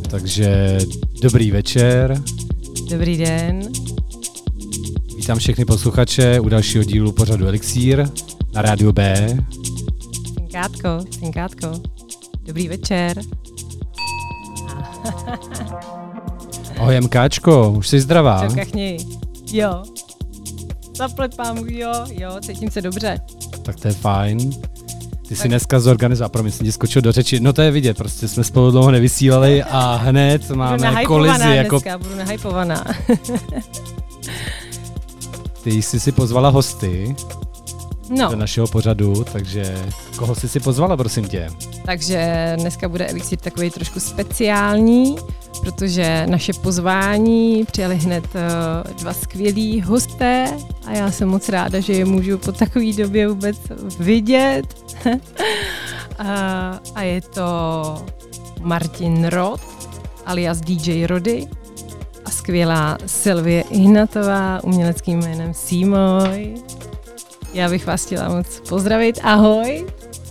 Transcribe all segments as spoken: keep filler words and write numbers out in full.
Takže dobrý večer. Dobrý den. Vítám všechny posluchače u dalšího dílu pořadu Elixír na Rádiu B. Cinkátko, cinkátko. Dobrý večer. Ahoj MKčko, už jsi zdravá? Čau kachni. Jo. Zaplepám, jo, jo, cítím se dobře. Tak to je fajn. Ty jsi dneska zorganizoval, promiň, jsem ti skočil do řeči. No to je vidět, prostě jsme spolu dlouho nevysílali a hned máme kolizi. Jako... Dneska, budu nahypovaná. Ty jsi si pozvala hosty no. do našeho pořadu, takže koho jsi si pozvala, prosím tě? Takže dneska bude Elixír takový trošku speciální, protože naše pozvání přijali hned uh, dva skvělí hosté a já jsem moc ráda, že je můžu po takové době vůbec vidět. a, a je to Martin Rod, alias D J Rody, a skvělá Sylvie Ihnatová, uměleckým jménem Sýmoj. Já bych vás chtěla moc pozdravit. Ahoj.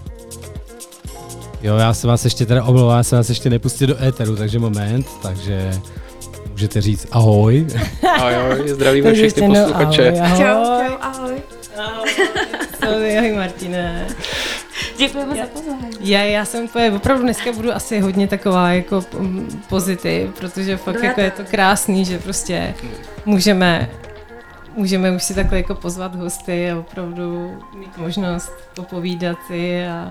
Jo, já se vás ještě teda omlouvám, já se vás ještě nepustil do éteru, takže moment, takže můžete říct ahoj. Ahoj, zdravíme všechny posluchače. No, ahoj, ahoj. Čau, ahoj. Ahoj, ahoj Martine. Děkujeme za pozvání. Já, já jsem úplně, opravdu dneska budu asi hodně taková jako pozitiv, protože fakt jako je to krásný, že prostě můžeme, můžeme už si takhle jako pozvat hosty a opravdu mít možnost popovídat si a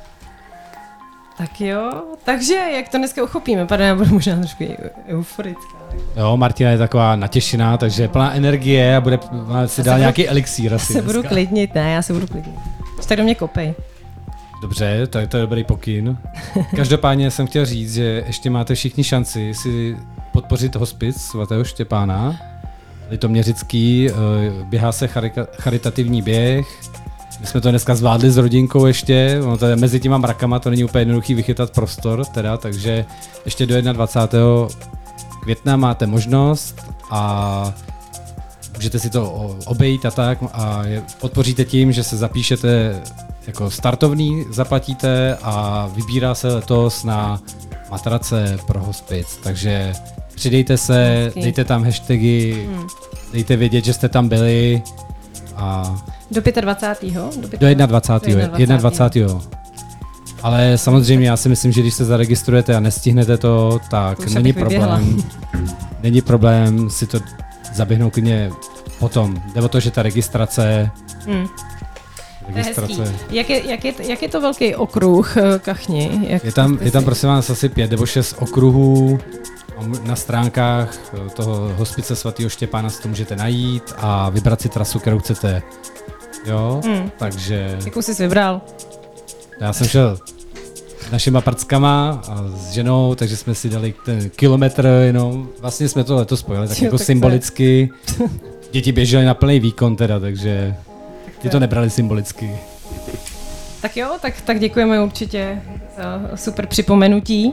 tak jo, takže jak to dneska uchopíme? Pardon, já budu možná trošku euforická. Jo, Martina je taková natěšená, takže je plná energie a bude si dát nějaký elixír asi. Já se budu klidnit, ne, já se budu klidnit. Tak do mě kopej. Dobře, to je, to je dobrý pokyn. Každopádně jsem chtěl říct, že ještě máte všichni šanci si podpořit hospic svatého Štěpána. Litoměřický, běhá se charika, charitativní běh. My jsme to dneska zvládli s rodinkou ještě, ono to je mezi těma mrakama, to není úplně jednoduchý vychytat prostor, teda, takže ještě do dvacátého prvního května máte možnost a můžete si to obejít a tak a podpoříte tím, že se zapíšete jako startovní, zaplatíte a vybírá se letos na matrace pro hospic, takže přidejte se, Hezky. Dejte tam hashtagy, hmm. dejte vědět, že jste tam byli a do dvacátého pátého Do dvacátého prvního dvacátého Ale samozřejmě já si myslím, že když se zaregistrujete a nestihnete to, tak Už není problém. Není problém si to zaběhnout klidně potom. Jde o to, že ta registrace... Hmm. registrace jak, je, jak, je, jak je to velký okruh, kachni? Jak je, tam, je tam prosím vás asi pět nebo šest okruhů. Na stránkách toho hospice svatého Štěpána si to můžete najít a vybrat si trasu, kterou chcete. Jo, hmm. takže... Jakou jsi vybral? Já jsem šel s našima prckama a s ženou, takže jsme si dali ten kilometr jenom. Vlastně jsme to letos spojili tak jo, jako tak symbolicky. Děti běžely na plný výkon teda, takže ty to nebrali symbolicky. Tak jo, tak, tak děkujeme určitě za super připomenutí.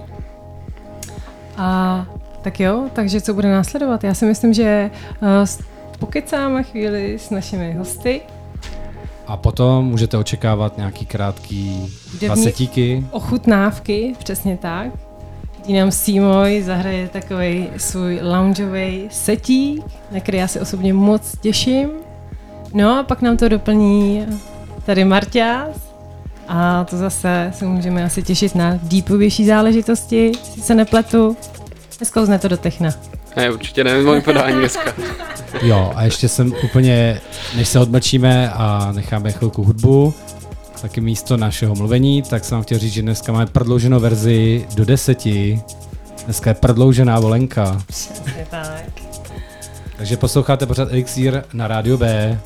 A tak jo, takže co bude následovat? Já si myslím, že uh, pokecáme chvíli s našimi hosty. A potom můžete očekávat nějaký krátký pasetíky. Ochutnávky, přesně tak. Kdy nám Sýmoj zahraje takovej svůj loungeový setík, na který já se osobně moc těším. No a pak nám to doplní tady Marťás. A to zase se můžeme asi těšit na deepovější záležitosti, si se nepletu. Nesklouzne to do techna. Ne, určitě ne, moje podání dneska. Jo, a ještě jsem úplně, než se odmlčíme a necháme chvilku hudbu, taky místo našeho mluvení, tak jsem vám chtěl říct, že dneska máme prodlouženou verzi do deseti. Dneska je prodloužená volenka. Přesně tak. Takže posloucháte pořád Elixír na Rádiu B.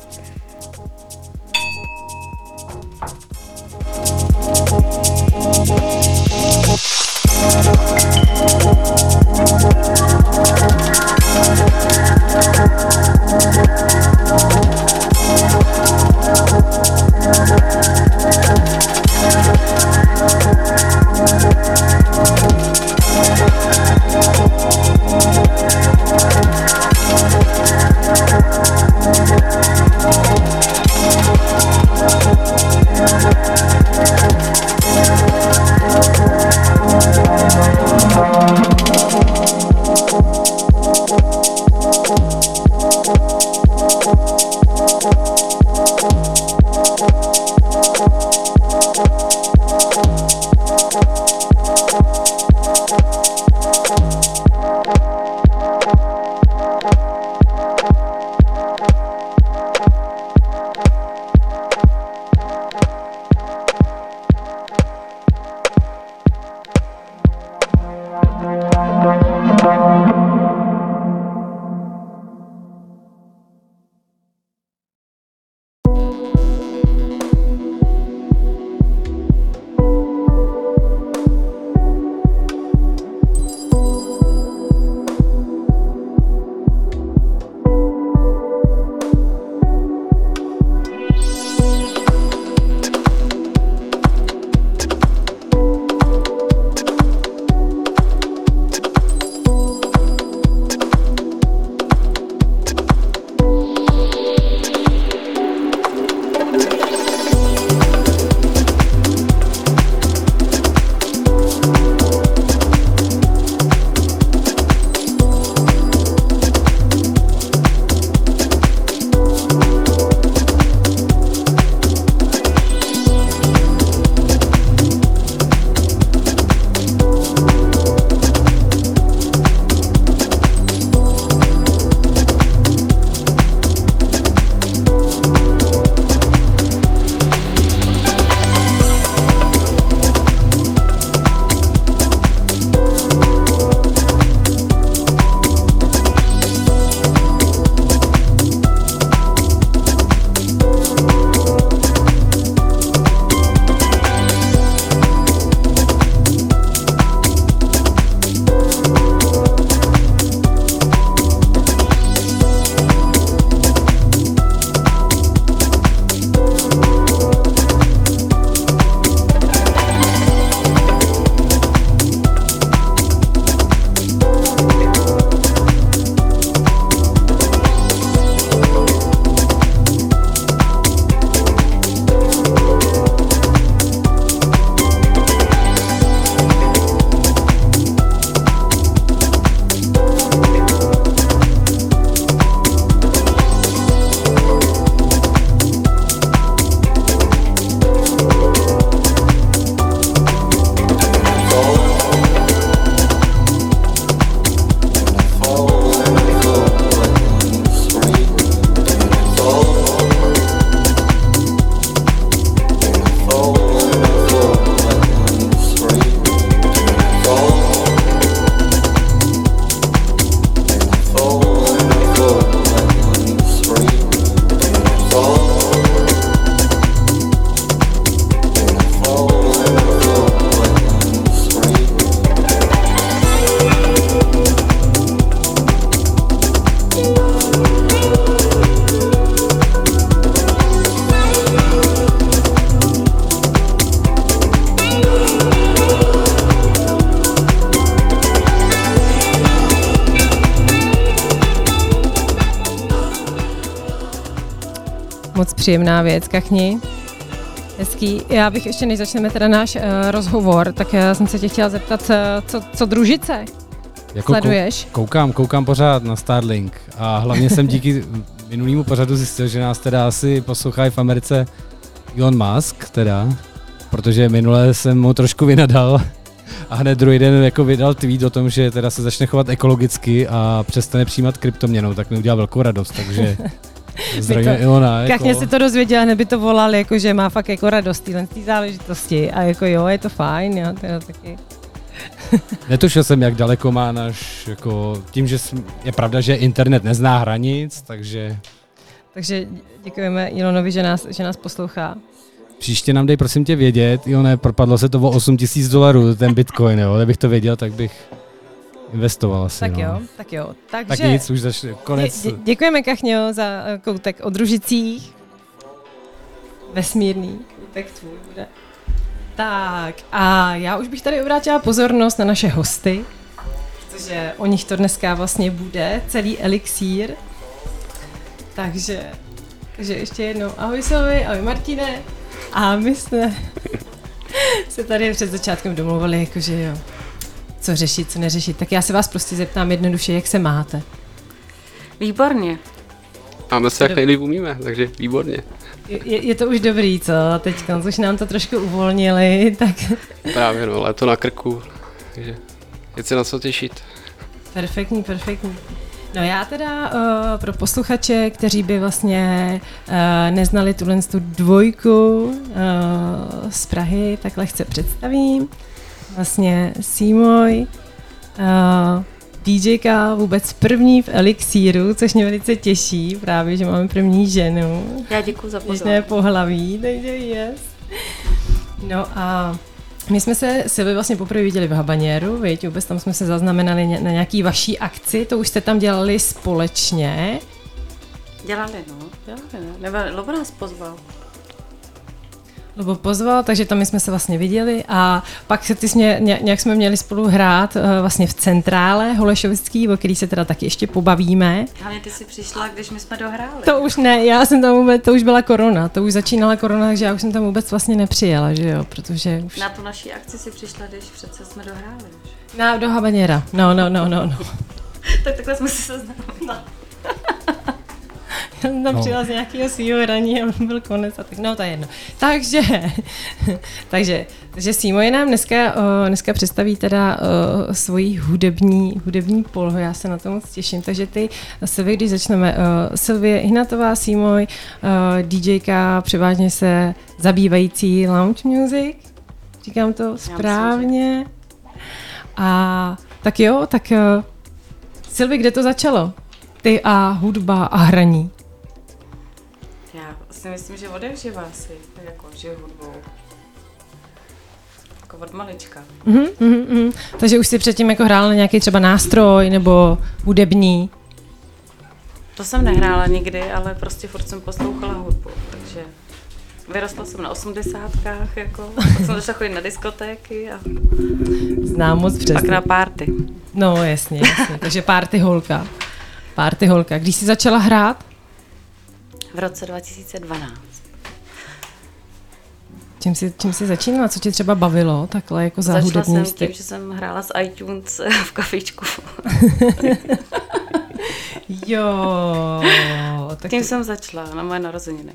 moc příjemná věc, kachni. Hezký. Já bych ještě, než začneme teda náš uh, rozhovor, tak uh, jsem se tě chtěla zeptat, uh, co, co družice? Jako sleduješ? Kou, koukám, koukám pořád na Starlink a hlavně jsem díky minulýmu pořadu zjistil, že nás teda asi poslouchají v Americe Elon Musk, teda, protože minule jsem mu trošku vynadal a hned druhý den jako vydal tweet o tom, že teda se začne chovat ekologicky a přestane přijímat kryptoměnou, tak mi udělal velkou radost, takže zdravím Ilona. Jako... Kachně si to dozvěděla, hned by to volal, jako, že má fakt jako radost týhle té záležitosti a jako jo, je to fajn, jo, teda taky. Netušil jsem, jak daleko má náš, jako tím, že je pravda, že internet nezná hranic, takže... Takže děkujeme Ilonovi, že nás, že nás poslouchá. Příště nám dej prosím tě vědět, Ilone, propadlo se to o osm tisíc dolarů, ten bitcoin, jo, kdybych to věděl, tak bych investoval asi. Tak no. jo, tak jo. Takže tak nic, už začne, konec. Dě, děkujeme, Kachňo, za koutek o družicích. Vesmírný koutek tvůj bude. Tak a já už bych tady obrátila pozornost na naše hosty, protože o nich to dneska vlastně bude, celý elixír. Takže, takže ještě jednou ahoj Silvi, ahoj Martine. A my jsme se tady před začátkem domluvili, jakože jo, co řešit, co neřešit. Tak já se vás prostě zeptám jednoduše, jak se máte. Výborně. Máme se jak nejlíp umíme, takže výborně. Je, je to už dobrý, co? Teď už nám to trošku uvolnili, tak... Právě no, léto na krku, takže je se na co těšit. Perfektní, perfektní. No já teda uh, pro posluchače, kteří by vlastně uh, neznali tuhle tu dvojku uh, z Prahy, tak lehce představím. Vlastně Sýmoj, uh, DJka vůbec první v Elixíru, což mě velice těší, právě, že máme první ženu. Já děkuji za pozvání. Pohlaví, takže yes. No a my jsme se Silvi vlastně poprvé viděli v Habaněru, viď? Vůbec tam jsme se zaznamenali na nějaký vaší akci, to už jste tam dělali společně. Dělali, no, dělali, no. Nebo Lobo nás pozval. Lobo pozval, takže tam my jsme se vlastně viděli a pak se ty jsme, nějak jsme měli spolu hrát vlastně v centrále Holešovický, o který se teda taky ještě pobavíme. Ale ty jsi přišla, když my jsme dohráli. To už ne, já jsem tam vůbec, to už byla korona, to už začínala korona, takže já už jsem tam vůbec vlastně nepřijela, že jo, protože už... Na tu naší akci si přišla, když přece jsme dohráli. Na, do Habaněra, no, no, no, no, no. Tak takhle jsme se seznámili. No. Já jsem tam no. přijela z nějakého svýho hraní a byl konec a tak, no to je jedno. Takže, takže, takže Sýmoje nám dneska, uh, dneska představí teda uh, svoji hudební, hudební polohu, já se na to moc těším. Takže ty, Silvi, když začneme, uh, Silvie Ihnatová, Sýmoj, uh, DJka, převážně se zabývající lounge music, říkám to správně. A tak jo, tak uh, Silvi, kde to začalo? Ty a hudba a hraní. Já si myslím, že odevživa asi, tak jako žiju hudbou. Jako od malička. Mm-hmm, mm-hmm. Takže už jsi předtím jako hrála na nějaký třeba nástroj nebo hudební? To jsem nehrála nikdy, ale prostě furt jsem poslouchala hudbu, takže vyrostla jsem na osmdesátkách, jako, pak jsem začala chodit na diskotéky a znám moc přesně. Pak na party. No jasně, jasně, takže party holka. Party holka. Když jsi začala hrát? V roce dva tisíce dvanáct. Čím jsi, čím jsi začínala? Co tě třeba bavilo takhle jako za začala hudební jsem tím, že jsem hrála s iTunes v kafičku. Jo. Tak tím to... jsem začala na moje narozeniny.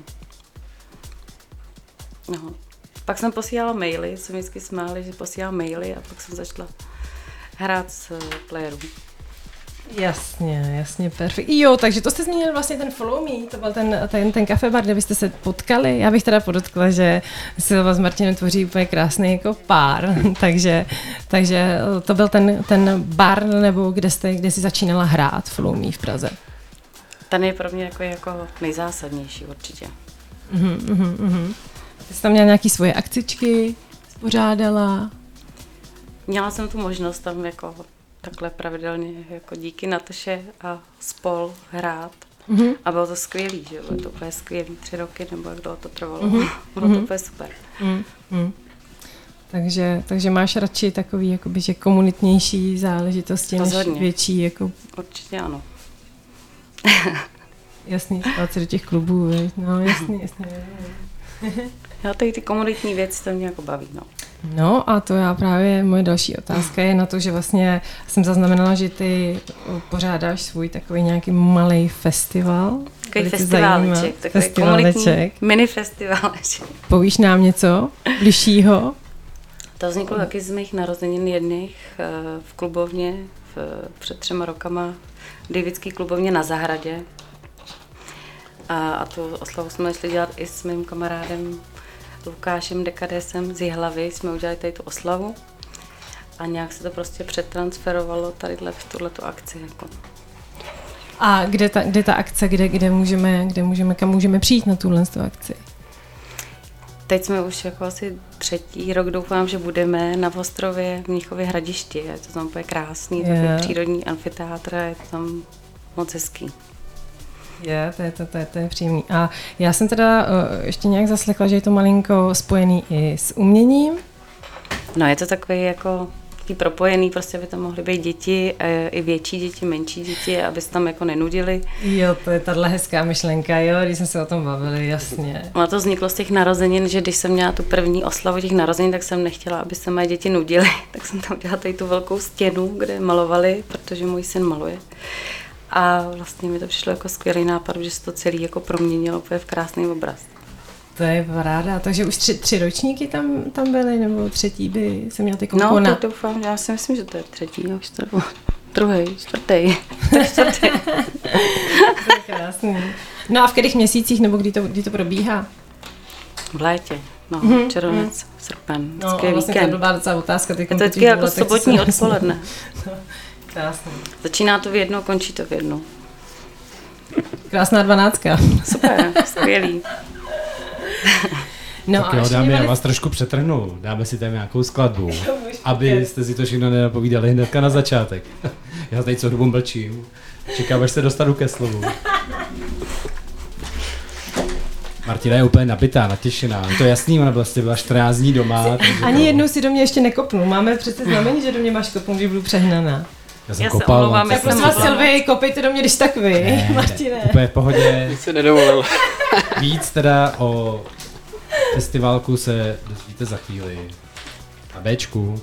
No. Pak jsem posílala maily, jsem vždycky smáli, že posílala maily a pak jsem začala hrát s playerů. Jasně, jasně, perfekt. Jo, takže to jste zmínili vlastně ten Follow Me, to byl ten, ten, ten kafe bar, kde byste se potkali. Já bych teda podotkla, že Silva s Martinem tvoří úplně krásný jako pár, takže, takže to byl ten, ten bar, nebo kde jste, kde jsi začínala hrát Follow Me v Praze. Ten je pro mě jako, jako nejzásadnější určitě. Uh-huh, uh-huh, uh-huh. Ty jsi tam měla nějaký svoje akcičky, spořádala? Měla jsem tu možnost tam jako takhle pravidelně jako díky Natoše a spol hrát. Mm-hmm. A bylo to skvělý, že bylo to úplně skvělý tři roky, nebo jak dlouho to trvalo. Mm-hmm. Bylo to úplně super. Mm-hmm. Takže, takže máš radši takový jakoby, že komunitnější záležitosti, než větší jako... Určitě ano. Jasný, spát se do těch klubů, viď? No jasný, jasný. Já tady ty komunitní věci, to mě jako baví, no. No a to já právě, moje další otázka je na to, že vlastně jsem zaznamenala, že ty pořádáš svůj takový nějaký malý festival. Takový festiváleček, takový komunitní mini festiváleček. Povíš nám něco bližšího? To vzniklo taky z mých narozenin jedných v klubovně v, před třema rokama, v Davidský klubovně na Zahradě. A, a tu oslavu jsme šli dělat i s mým kamarádem Lukášem Dekadesem z Jihlavy. Jsme udělali tady tu oslavu a nějak se to prostě přetransferovalo tadyhle v tuhletu akci. Jako. A kde ta, kde ta akce, kde, kde, můžeme, kde můžeme, kam můžeme přijít na tuhle akci? Teď jsme už jako asi třetí rok, doufám, že budeme na ostrově v Mnichově Hradišti. Je to tam úplně krásný, yeah. Takový přírodní amfiteátr, je to tam moc hezký. Je, to je, to, to, je, to je příjemný. A já jsem teda uh, ještě nějak zaslechla, že je to malinko spojený i s uměním. No je to takový jako propojený, prostě by tam mohly být děti, i větší děti, menší děti, aby se tam jako nenudili. Jo, to je tahle hezká myšlenka, jo, když jsme se o tom bavili, jasně. Ono to vzniklo z těch narozenin, že když jsem měla tu první oslavu těch narozenin, tak jsem nechtěla, aby se moje děti nudily, tak jsem tam udělala tady tu velkou stěnu, kde malovali, protože můj syn maluje. A vlastně mi to přišlo jako skvělý nápad, že se to celý jako proměnilo úplně v krásný obraz. To je paráda. Takže už tři, tři ročníky tam, tam byly, nebo třetí by se měl ty kompona? No, to doufám, já si myslím, že to je třetí, jo, čtvrtý, druhý, čtvrtý, čtvrtý. To je krásný. No a v kterých měsících, nebo kdy to, kdy to probíhá? V létě, no, mm-hmm. červenec, srpen, no, a vlastně to je dobrá docela otázka. Je to vždycky jako let, sobotní odpoledne. No, krásný. Začíná to v jednu, končí to v jednu. Krásná dvanáctka. Super, skvělý. No tak jo, dámy, já vás trošku přetrhnu. Dáme si tam nějakou skladbu, abyste si to všechno nenapovídali hnedka na začátek. Já tady co dobu mlčím. Čekám, až se dostanu ke slovu. Martina je úplně nabitá, natěšená. To je jasný, ona vlastně byla čtrnáct dní doma. Ani jednou si do mě ještě nekopnul. Máme přece znamení, že do mě máš kopnout, když budu přehnaná. Já jsem já kopal. Omlouvám, tak prosím vás, Silvi, kopejte do mě, když tak vy, ne, Martine. Úplně v pohodě. Nic se nedovolil. Víc teda o festivalku se dozvíte za chvíli. Na Bčku.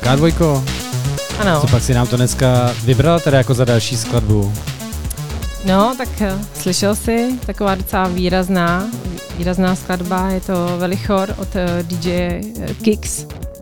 K dva. Ano. Co pak si nám to dneska vybrala teda jako za další skladbu? No, tak slyšel jsi, taková docela výrazná, výrazná skladba, je to Velichor od D J Kix.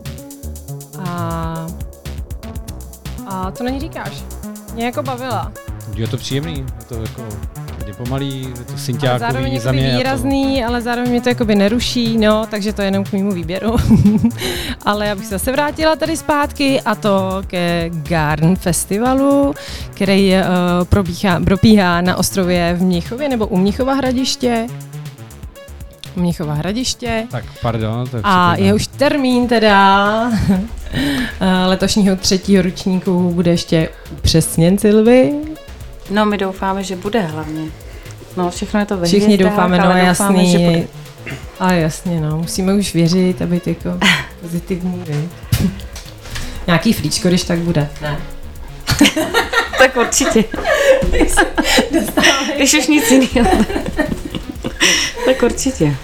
A, a co na ní říkáš? Mě jako bavila. Je to příjemný, je to jako hodně pomalý, je to Ale synťákový zároveň za mě. výrazný, to... ale zároveň mě to jakoby neruší, no, takže to je jenom k mému výběru. Ale já bych se zase vrátila tady zpátky a to ke Garn Festivalu, který uh, probíhá, probíhá na ostrově v Mnichově nebo u Mnichova Hradiště. Mnichova Hradiště. Tak, pardon. Tak a je už termín teda letošního třetího ročníku bude ještě upřesněn, Silvi. No, my doufáme, že bude hlavně. No, všechno je to ve Všichni hvězdách, doufáme, no ale jasný. Doufáme, že bude. Ale jasně, no, musíme už věřit a být jako pozitivní. Nějaký flíčko, když tak bude. Ne. Tak určitě. Když už nic jiného. Tak určitě.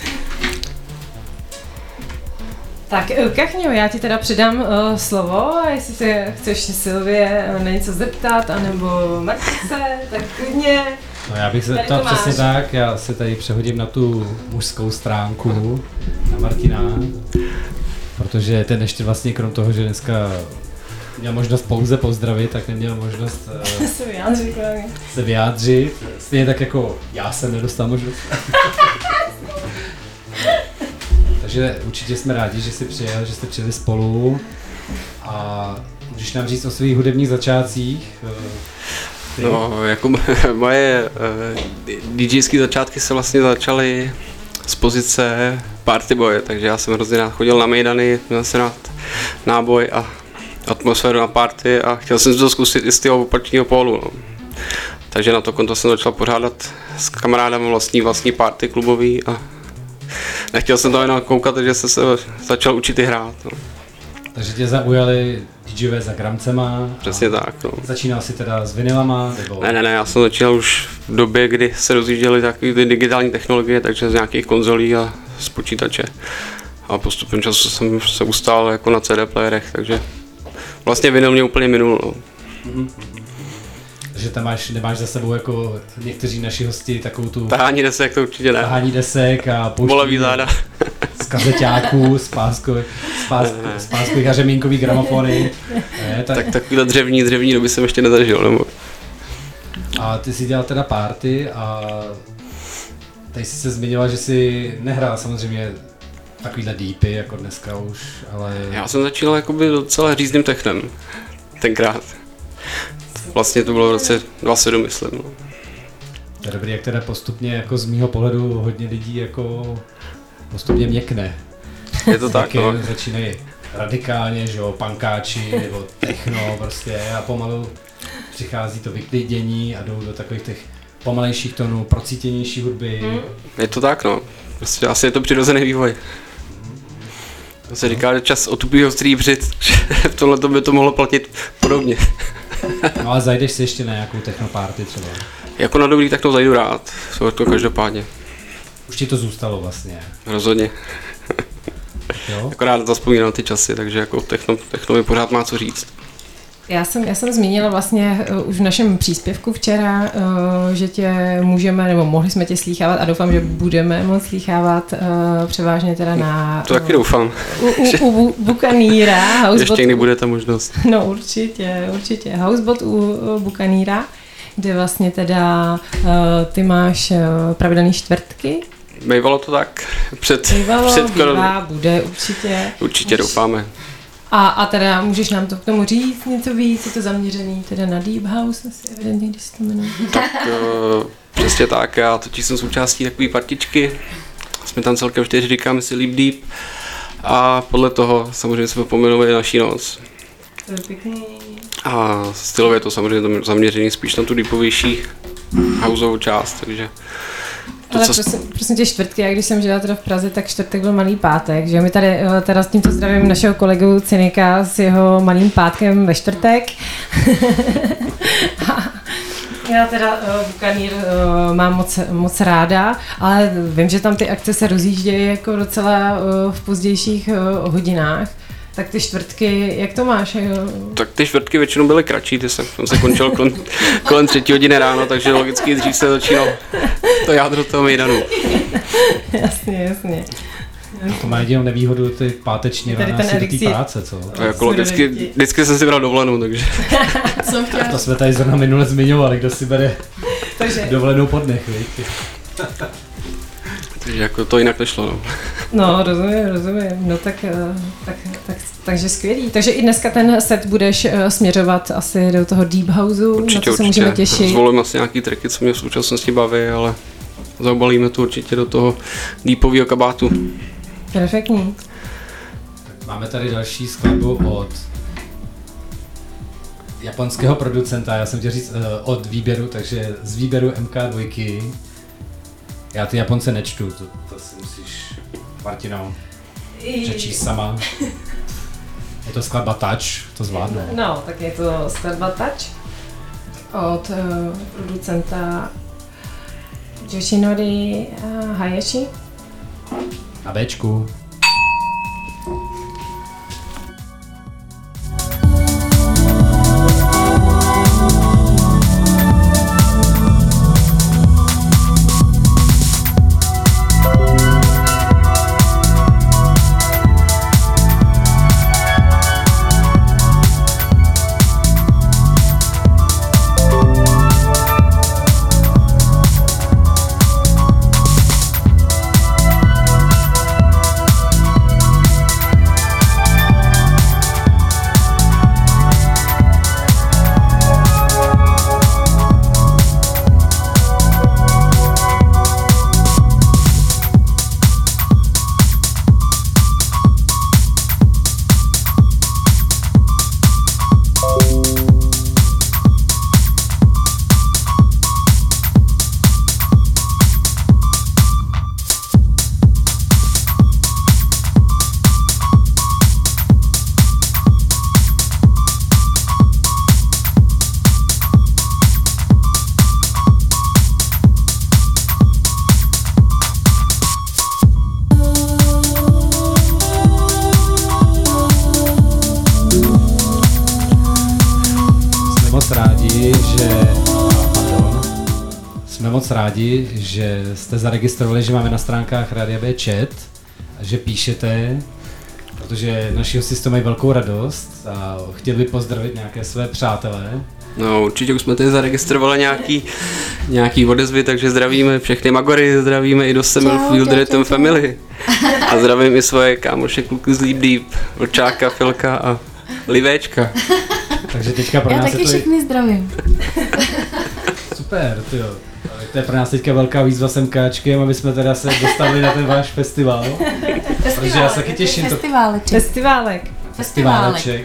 Tak Kachňo, já ti teda předám uh, slovo a jestli se chceš Silvie na něco zeptat, anebo Martice, tak klidně. No já bych se, to, to přesně tak, já se tady přehodím na tu mužskou stránku, na Martina, protože ten ještě vlastně krom toho, že dneska měl možnost pouze pozdravit, tak neměl možnost uh, se vyjádřit. se vyjádřit. Stejně tak jako já jsem nedostal možnost. Takže určitě jsme rádi, že jsi přijel, že jste přijeli spolu a můžeš nám říct o svých hudebních začátcích? Ty? No, jako moje uh, DJské začátky se vlastně začaly z pozice party boye, takže já jsem hrozně rád chodil na mejdany, měl jsem rád náboj a atmosféru na party a chtěl jsem to zkusit i z toho opačního pólu. No. Takže na to konto jsem začal pořádat s kamarádem vlastní vlastní party klubový a nechtěl jsem to jenom koukat, takže jsem se začal učit i hrát. No. Takže tě zaujali DJové za gramcema? Přesně tak. No. Začínal jsi teda s vinylama? Nebo... Ne, ne, ne, já jsem začínal už v době, kdy se rozjížděly takové ty digitální technologie, takže z nějakých konzolí a z počítače. A postupem času jsem se ustál jako na C D playerech, takže vlastně vinyl mě úplně minul. No. Mm-hmm. Takže tam máš, nemáš za sebou jako někteří naši hosti takovou tu... Tahání desek, to určitě ne. Tahání desek a pouští... Bolavý záda. Z kazeťáků, z páskových z páskových a řemínkových gramofony. Ne, tak... tak takovýhle dřevní, dřevní doby jsem ještě nezažil. Nebo... A ty jsi dělal teda party a tady jsi se zmiňoval, že jsi nehrál samozřejmě takovýhle deepy jako dneska už, ale... Já jsem začínal jakoby docela řízným technem tenkrát. Vlastně to bylo v roce dvacet sedm, myslím. No. To je dobrý, jak teda postupně jako z mýho pohledu hodně lidí jako postupně měkne. Je to tak, no. Začínají radikálně, že jo, punkáči nebo techno prostě a pomalu přichází to vyklidění a jdou do takových těch pomalejších tónů, procítěnější hudby. Mm. Je to tak, no. Prostě asi je to přirozený vývoj. To se říká, že čas otupí ostrý břit, že v tomhle by to mohlo platit podobně. No ale zajdeš si ještě na nějakou technoparty třeba? Jako na dobrý techno zajdu rád, to, to každopádně. Už ti to zůstalo vlastně? Rozhodně. Jo? Jako rád zazpomínám na ty časy, takže jako techno, techno mi pořád má co říct. Já jsem, já jsem zmínila vlastně uh, už v našem příspěvku včera, uh, že tě můžeme, nebo mohli jsme tě slýchávat a doufám, že budeme moct slýchávat uh, převážně teda na... To taky uh, doufám. U, u, u Bucaníra. Ještě někdy bude ta možnost. No určitě, určitě. Housebot u, u Bucaníra, kde vlastně teda uh, ty máš uh, pravidelné čtvrtky. Bývalo to tak před, Bývalo, před bývá, bude určitě. Určitě Už. doufáme. A, a teda můžeš nám to k tomu říct něco víc, je to zaměřený teda na Deep House, asi evidentně, když se to jmenuje. Tak uh, přesně tak, já totiž jsem součástí takové partičky, jsme tam celkem čtyři, říkáme si Leap Deep a podle toho samozřejmě jsme pomenovali naší noc. To je pěkný. A stylově je to samozřejmě zaměřený spíš na tu deepovější houseovou část, takže... To, ale co... prosím, prosím tě čtvrtky, já když jsem žila teda v Praze, tak čtvrtek byl malý pátek, že my tady teda s tímto zdravím našeho kolegu Cynika s jeho malým pátkem ve čtvrtek. Já teda uh, Bucanír uh, mám moc, moc ráda, ale vím, že tam ty akce se rozjíždějí jako docela uh, v pozdějších uh, hodinách. Tak ty čtvrtky, jak to máš? Tak ty čtvrtky většinou byly kratší, ty jsem, jsem se končil kolem, kolem třetí hodiny ráno, takže logicky dřív se začínalo to jádro toho mejdanu. Jasně, jasně. To má jedinou nevýhodu ty páteční rána asi do té práce, co? A jako logicky, vždycky jsem si bral dovolenou, takže... To jsme tady zrovna minule zmiňovali, kdo si bere takže... dovolenou po dnech, víš? Takže jako to jinak nešlo, no. No, rozumím, rozumím. No tak, tak, tak, takže skvělý. Takže i dneska ten set budeš směřovat asi do toho deep houseu, určitě, na co se určitě. můžeme těšit. Zvolím asi nějaký tracky, co mě v současnosti baví, ale zaobalíme to určitě do toho deepového kabátu. Perfektní. Máme tady další skladbu od japonského producenta, já jsem chtěl říct uh, od výběru, takže z výběru M K dva. Já ty Japonce nečtu, to, to si musíš, Martino, přečíst sama. Je to skladba Touch, to zvládnu. No, tak je to skladba Touch od uh, producenta Yoshinori uh, Hayashi. Na Bčku. Moc rádi, že jste zaregistrovali, že máme na stránkách Rádia B chat a že píšete, protože naši hosti z toho mají velkou radost a chtěli by pozdravit nějaké své přátelé. No určitě už jsme tady zaregistrovali nějaký, nějaký odezvy, takže zdravíme všechny Magory, zdravíme i do Semil Field Rhythm Family a zdravím i svoje kámoše kluky z Leap Deep, Vlčáka, Filka a Livéčka. Takže teďka pro Já nás taky je to... všechny zdravím. Super, tyjo. To je pro nás teďka velká výzva s MKčkem, aby jsme teda se dostali na ten váš festival. Protože já se taky těším. Festiváleček. Festiválek. Festiváleček.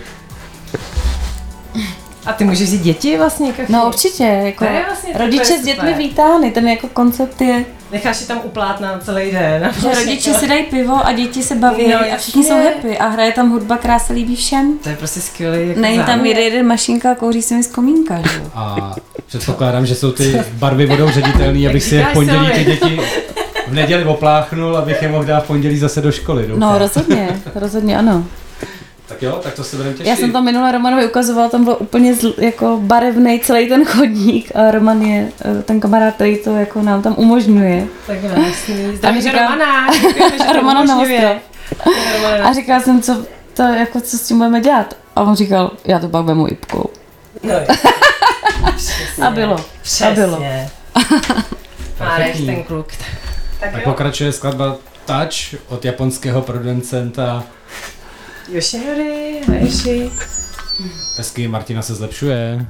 A ty můžeš jít děti vlastně? Kachy? No určitě, jako je vlastně rodiče s dětmi vítány, ten jako koncept je... Necháš je tam uplátnat celý den. Že rodiče si dají pivo a děti se baví no, a všichni jsou happy a hraje tam hudba, která se líbí všem. To je prostě skvělý. Jako není tam jede jeden mašinka a kouří se mi z komínka, že? A předpokládám, že jsou ty barvy vodou ředitelný, abych si je v pondělí ty děti v neděli opláchnul, abych je mohl dát v pondělí zase do školy. Doufám. No rozhodně, rozhodně ano. Tak jo, tak to se budeme těšit. Já jsem to minule Romanovi ukazovala, tam byl úplně zl, jako barevnej celý ten chodník a Roman je ten kamarád, který to jako nám tam umožňuje. Tak krásný. Zdravím Romana. Romana na Ostrov. A říkala jsem, co, to, jako, co s tím budeme dělat. A on říkal, já to pak vemu Ipkou. No, a bylo. Přesně. A bylo. Máš ten kluk. Tak, tak pokračuje skladba Touch od japonského producenta Yoshinori Hayashi. Hezky, Martina se zlepšuje.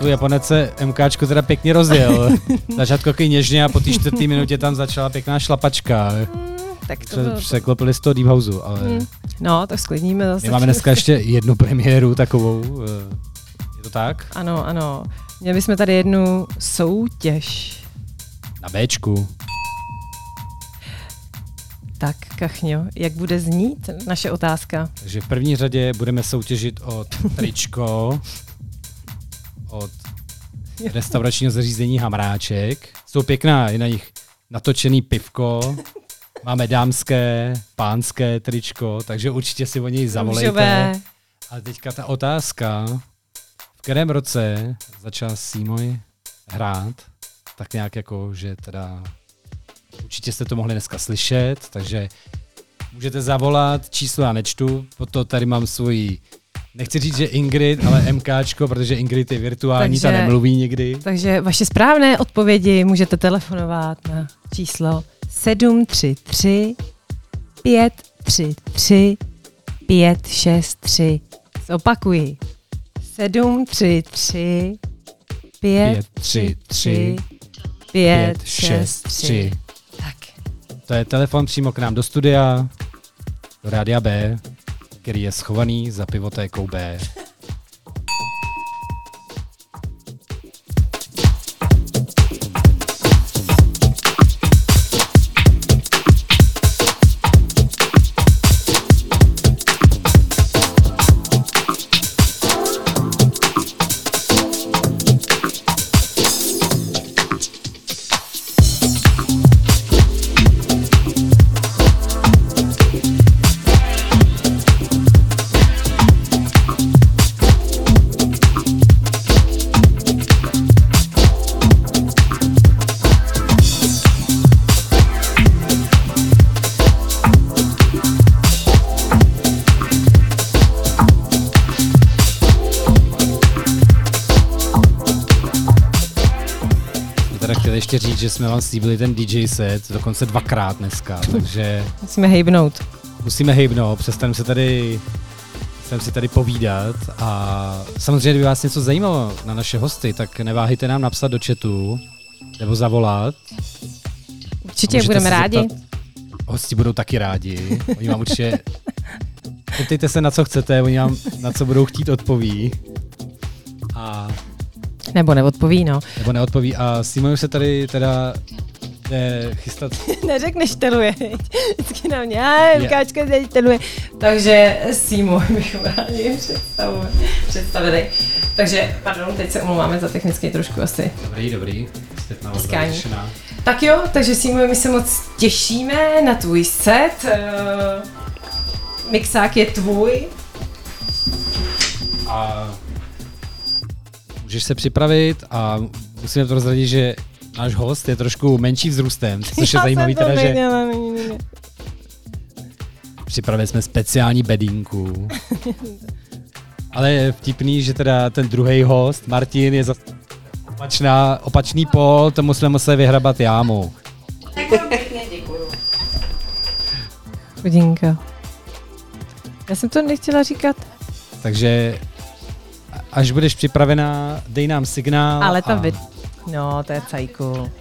Japonec se MKčko teda pěkně rozjel. Začátku takový něžně a po té čtvrtý minutě tam začala pěkná šlapačka. Mm, tak to bylo... Překlopili z toho Deep Houseu, ale... Mm. No, tak sklidníme zase. My máme dneska ještě jednu premiéru takovou. Je to tak? Ano, ano. Měli bychom tady jednu soutěž. Na Bčku. Tak, Kachňo, jak bude znít naše otázka? Takže v první řadě budeme soutěžit od tričko, od restauračního zařízení Hamráček. Jsou pěkná, je na nich natočený pivko, máme dámské, pánské tričko, takže určitě si o něj zavolejte. Růžové. A teďka ta otázka, v kterém roce začal Sýmoj hrát, tak nějak jako, že teda určitě jste to mohli dneska slyšet, takže můžete zavolat, číslo já nečtu, potom tady mám svoji, nechci říct, že Ingrid, ale MKčko, protože Ingrid je virtuální, takže, ta nemluví nikdy. Takže vaše správné odpovědi můžete telefonovat na číslo sedm tři tři pět tři tři pět šest tři. Zopakuji. sedm tři tři pět tři tři pět šest tři. Tak. To je telefon přímo k nám do studia, do Rádia B, který je schovaný za pivotékou B. Ještě říct, že jsme vám slíbili ten D J set dokonce dvakrát dneska, takže... Musíme hejbnout. Musíme hejbnout, přestaneme se tady, přestaneme si tady povídat a samozřejmě, kdyby vás něco zajímalo na naše hosty, tak neváhejte nám napsat do chatu nebo zavolat. Určitě budeme rádi. Zeptat, hosti budou taky rádi, oni vám určitě... Ptejte se, na co chcete, oni vám na co budou chtít odpoví. A... Nebo neodpoví, no. Nebo neodpoví. A Simon se tady teda jde chystat. Neřekneš teluje, vždycky na mě, a MKčka se teluje. Takže Simon bychom rádi představili. Takže, pardon, teď se omlouváme za technický trošku asi. Dobrý, dobrý. Tak jo, takže Simon, my se moc těšíme na tvůj set. Mixák je tvůj. A můžeš se připravit a musíme to rozradit, že náš host je trošku menší vzrůstem, což je zajímavý teda, že připravili jsme speciální bedínku. Ale je vtipný, že teda ten druhý host, Martin, je za opačná, opačný pol, tomu jsme museli vyhrabat jámu. Tak vám pěkně děkuju. Chudinka. Já jsem to nechtěla říkat. Takže až budeš připravená, dej nám signál. Ale ta a... vid... No, to je cajku.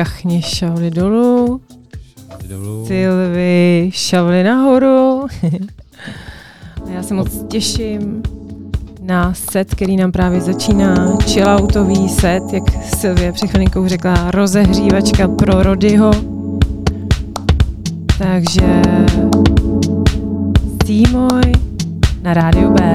Kachni šavli dolů. dolů. Silvi šavli nahoru. A já se moc těším na set, který nám právě začíná. Chilloutový set, jak Silvie před chvilinkou řekla, rozehřívačka pro Rodyho. Takže Týmoj na Rádiu B.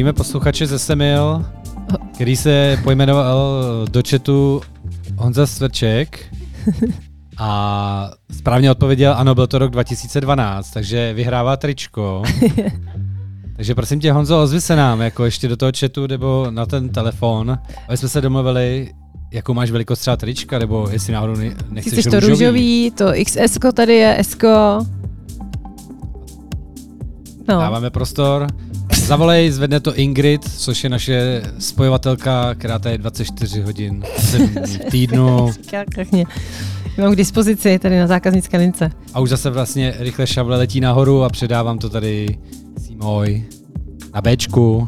zdravíme posluchače ze Semil, který se pojmenoval do chatu Honza Svrček a správně odpověděl, ano, byl to rok dva tisíce dvanáct, takže vyhrává tričko. Takže prosím tě, Honzo, ozvi se nám, jako ještě do toho chatu nebo na ten telefon, aby jsme se domluvili, jakou máš velikost třeba trička, nebo jestli náhodou nechceš Chceš růžový. to růžový, to X S tady je, S. No. Dáváme prostor. Zavolej, zvedne to Ingrid, což je naše spojovatelka, která tady je dvacet čtyři hodin v týdnu. Mám k dispozici tady na zákaznické lince. A už zase vlastně rychle šavle letí nahoru a předávám to tady Simoj na Bčku.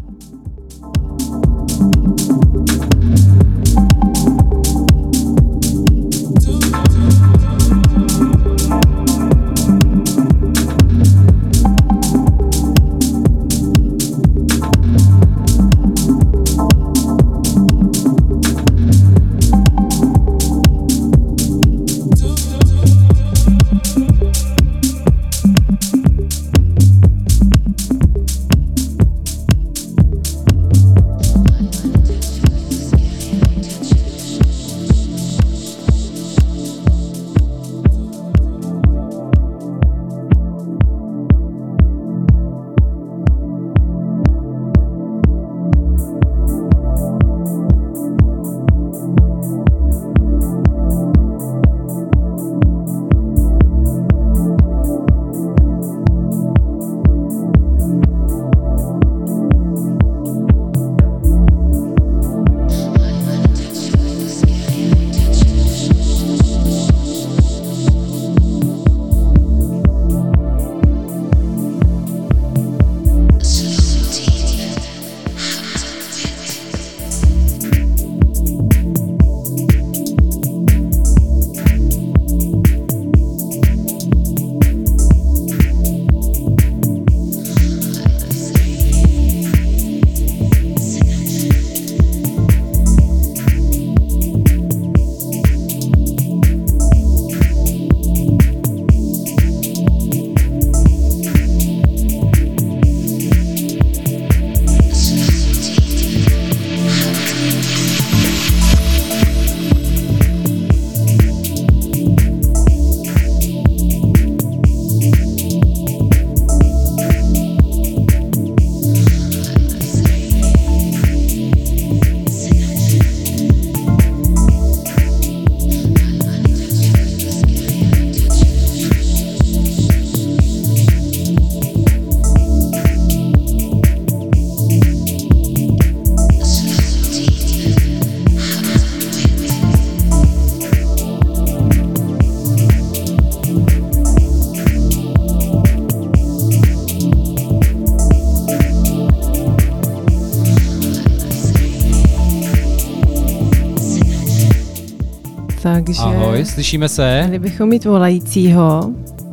Takže... Ahoj, slyšíme se? Měli bychom mít volajícího.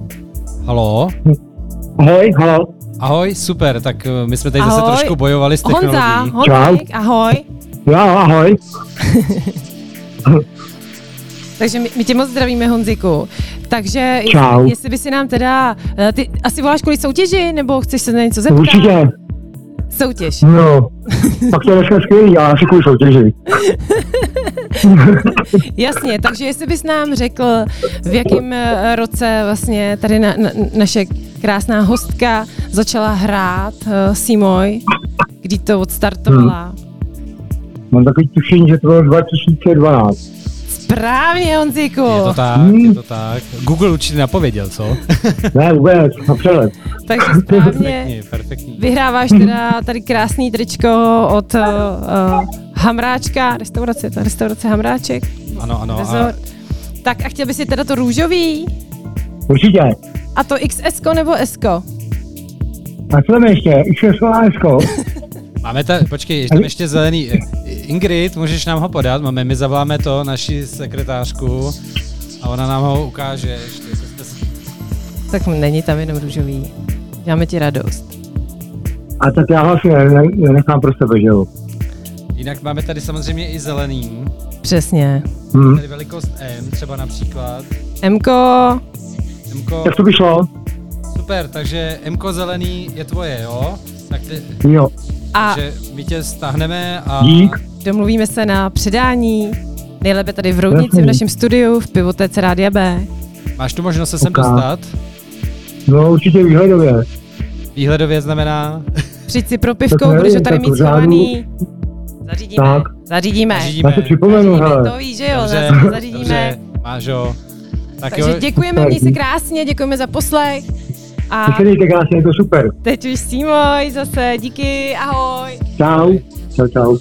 Halo? Ahoj, halo. Ahoj, super, tak my jsme tady Ahoj. zase trošku bojovali s technologií. Honza, Honzík, ahoj. Jo, ahoj. Takže my, my tě moc zdravíme, Honziku. Takže Čau. jestli, jestli by si nám teda, ty asi voláš kvůli soutěži, nebo chceš se na něco zeptat? Určitě. Soutěž. No, tak to je dneska skvělý, já si kvůli soutěži. Jasně, takže jestli bys nám řekl, v jakém roce vlastně tady na, na, naše krásná hostka začala hrát uh, Simoj, kdy to odstartovala. Hmm. Mám takový tušení, že to bylo dva tisíce dvanáct. Správně, Honzíku. Je to tak, Hmm. je to tak. Google určitě napověděl, co? Ne, vůbec, na přelet. Takže správně. Perfektní, perfektní. Vyhráváš teda tady krásný tričko od uh, uh, Hamráčka, restaurace, ta restaurace Hamráček. Ano, ano. A Resort. Tak a chtěl bys si teda to růžový? Určitě. A to X S ko nebo S ko? A co tam ještě? X S a S ko. máme ta, počkej, ještě tam ještě zelený. Ingrid, můžeš nám ho podat? Máme, my zavoláme to naši sekretářku a ona nám ho ukáže ještě. Tak není tam jenom růžový. Děláme ti radost. A tak já vlastně ne- nenechám pro sebe, že jo. Jinak máme tady samozřejmě i zelený. Přesně. Hmm. Tady velikost M, třeba například. Mko, Mko, Tak to by šlo. super, takže Mko zelený je tvoje, jo? Tak ty, Jo. A Takže my tě stáhneme a... Dík. domluvíme se na předání, nejlépe tady v Roudnici, Jasný. v našem studiu, v pivotéce Rádia B. Máš tu možnost se sem Ok. dostat? No určitě výhledově. Výhledově znamená... Přijď si pro Tak pivkou, nevím, budeš ho tady tak mít v řádu- schovaný. Zařídíme, Tak. zařídíme. Zařídíme. Já se připomenu, hele. To víš, že jo, Dobře, zase zařídíme. dobře, máš ho. Tak Takže jo, děkujeme, měj se krásně, děkujeme za poslech. A Vy se mějte krásně, je to super. teď už Símoj zase, díky, ahoj. Čau. Čau, čau.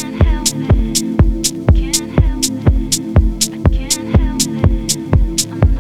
Can't help it, can't help it. I'm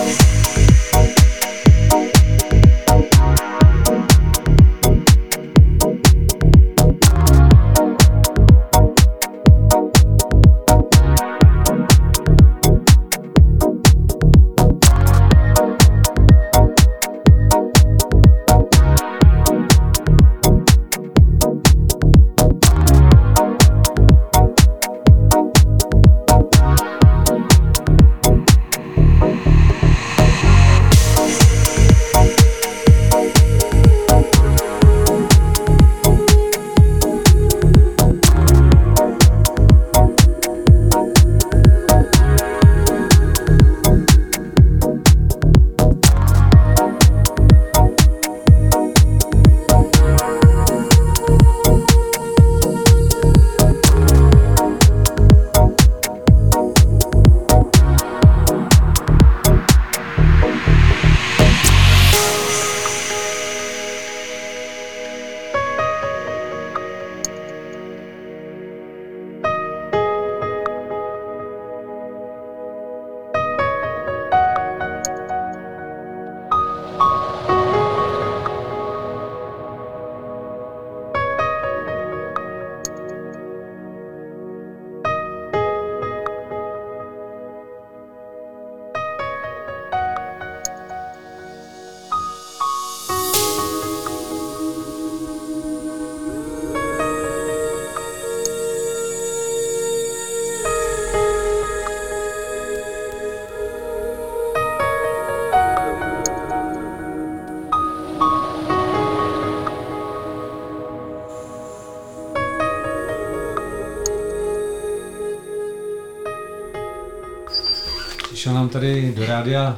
Přišel nám tady do rádia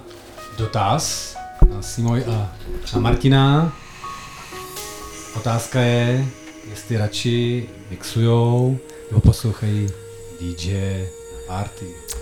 dotaz na Simoj a na Martina. Otázka je, jestli radši mixujou nebo poslouchají dý džej party.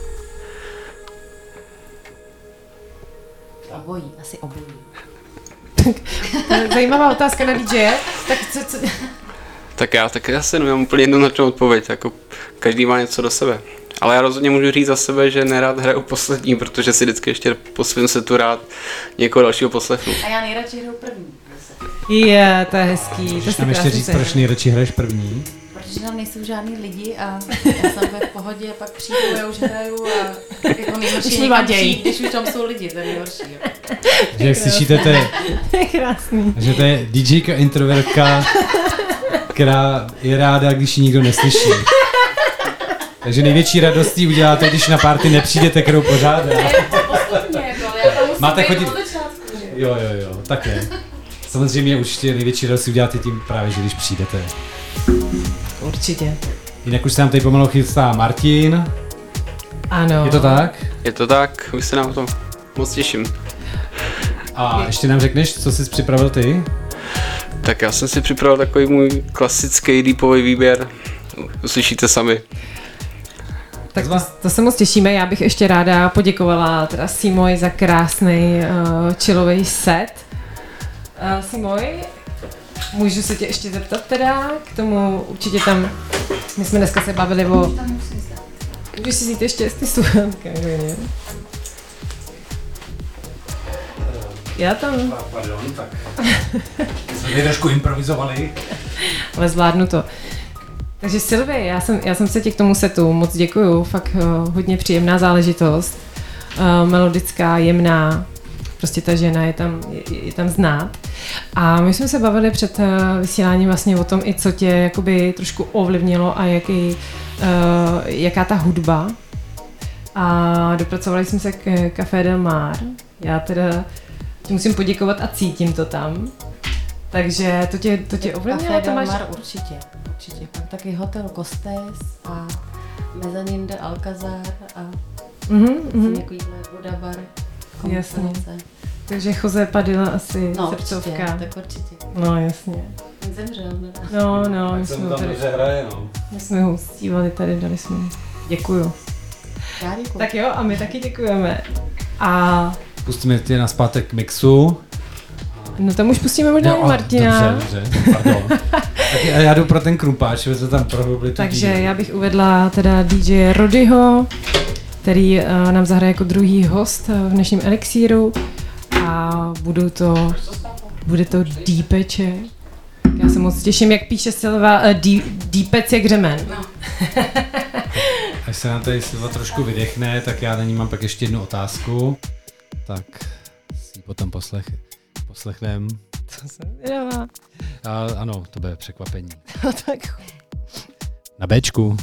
Obojí, asi obojí. Zajímavá otázka na dý džeje. Tak co, co... Tak já, tak já se nemám úplně jednoznačnou odpověď, jako každý má něco do sebe. Ale já rozhodně můžu říct za sebe, že nerad hraju poslední, protože si vždycky ještě po svém setu rád někoho dalšího poslechnu. A já nejradši hraju první. Je, to je hezký. Můžeš nám ještě říct, proč nejradši hraješ první? Protože tam nejsou žádný lidi a já jsem v pohodě, pak přijdu, já už hraju a jako nejhorší někam přijít, když už tam jsou lidi, to je nejhorší. Že jak slyšíte, to je, to je krásný. že to je DJka introvertka, která je ráda, když ji nikdo neslyší. Takže největší radostí uděláte, když na party nepřijdete, kterou pořádá. Máte chodit... Jo, jo, jo, také. Samozřejmě určitě největší radostí uděláte tím právě, že když přijdete. Určitě. Jinak už se nám tady pomalu chystá Martin. Ano. Je to tak? Je to tak, my se nám to moc těším. A ještě nám řekneš, co jsi připravil ty? Tak já jsem si připravil takový můj klasický deepový výběr. Uslyšíte sami. Tak to, to se moc těšíme. Já bych ještě ráda poděkovala teda Simoj za krásný uh, chillový set. Uh, Simoj, můžu se tě ještě zeptat teda k tomu, určitě tam, my jsme dneska se bavili o... Můžeš si vzít ještě ty sluchátka, ne? Já tam... Pardon, tak. Jsme tady trošku improvizovali. Ale zvládnu to. Takže Sylvie, já jsem, já jsem se ti k tomu setu moc děkuju, fakt uh, hodně příjemná záležitost, uh, melodická, jemná, prostě ta žena je tam, je, je tam znát. A my jsme se bavili před uh, vysíláním vlastně o tom, i co tě jakoby trošku ovlivnilo a jaký, uh, jaká ta hudba. A dopracovali jsme se k Café Del Mar. Já teda ti musím poděkovat a cítím to tam. Takže to tě, to tě ovlivnilo? Café Del Máš... Mar určitě, určitě. Pak taky Hotel Costes a Mezzanine de Alcazar a mm-hmm, mm-hmm. takovýhle Budabar. Jasně. Takže Jose Padilla asi no, srdcovka. Určitě, tak určitě. No jasně. Zemřel, ne? No, no, my tak jsme tam tady, dobře hraje, no. my jsme ho stívali tady, dali jsme. Děkuju. Já děkuju. Tak jo, a my taky děkujeme. A... Pustíme tě na zpátek k mixu. No tam už pustíme možná no, i Martina. Dobře, dobře, pardon. Tak já jdu pro ten krumpáč, aby to tam prohlubili tu Takže díru. já bych uvedla teda dý džej Rodyho, který uh, nám zahraje jako druhý host v dnešním Elixíru a budou to, bude to Dýpeče. Já se moc těším, jak píše Silva, uh, dí, Dýpec je křemen. No. Až se nám tady Silva trošku vydechne, tak já na ní mám pak ještě jednu otázku. Tak si potom poslech, poslechnem. To jsem vydala. A, ano, to bude překvapení. No tak. Na Bčku.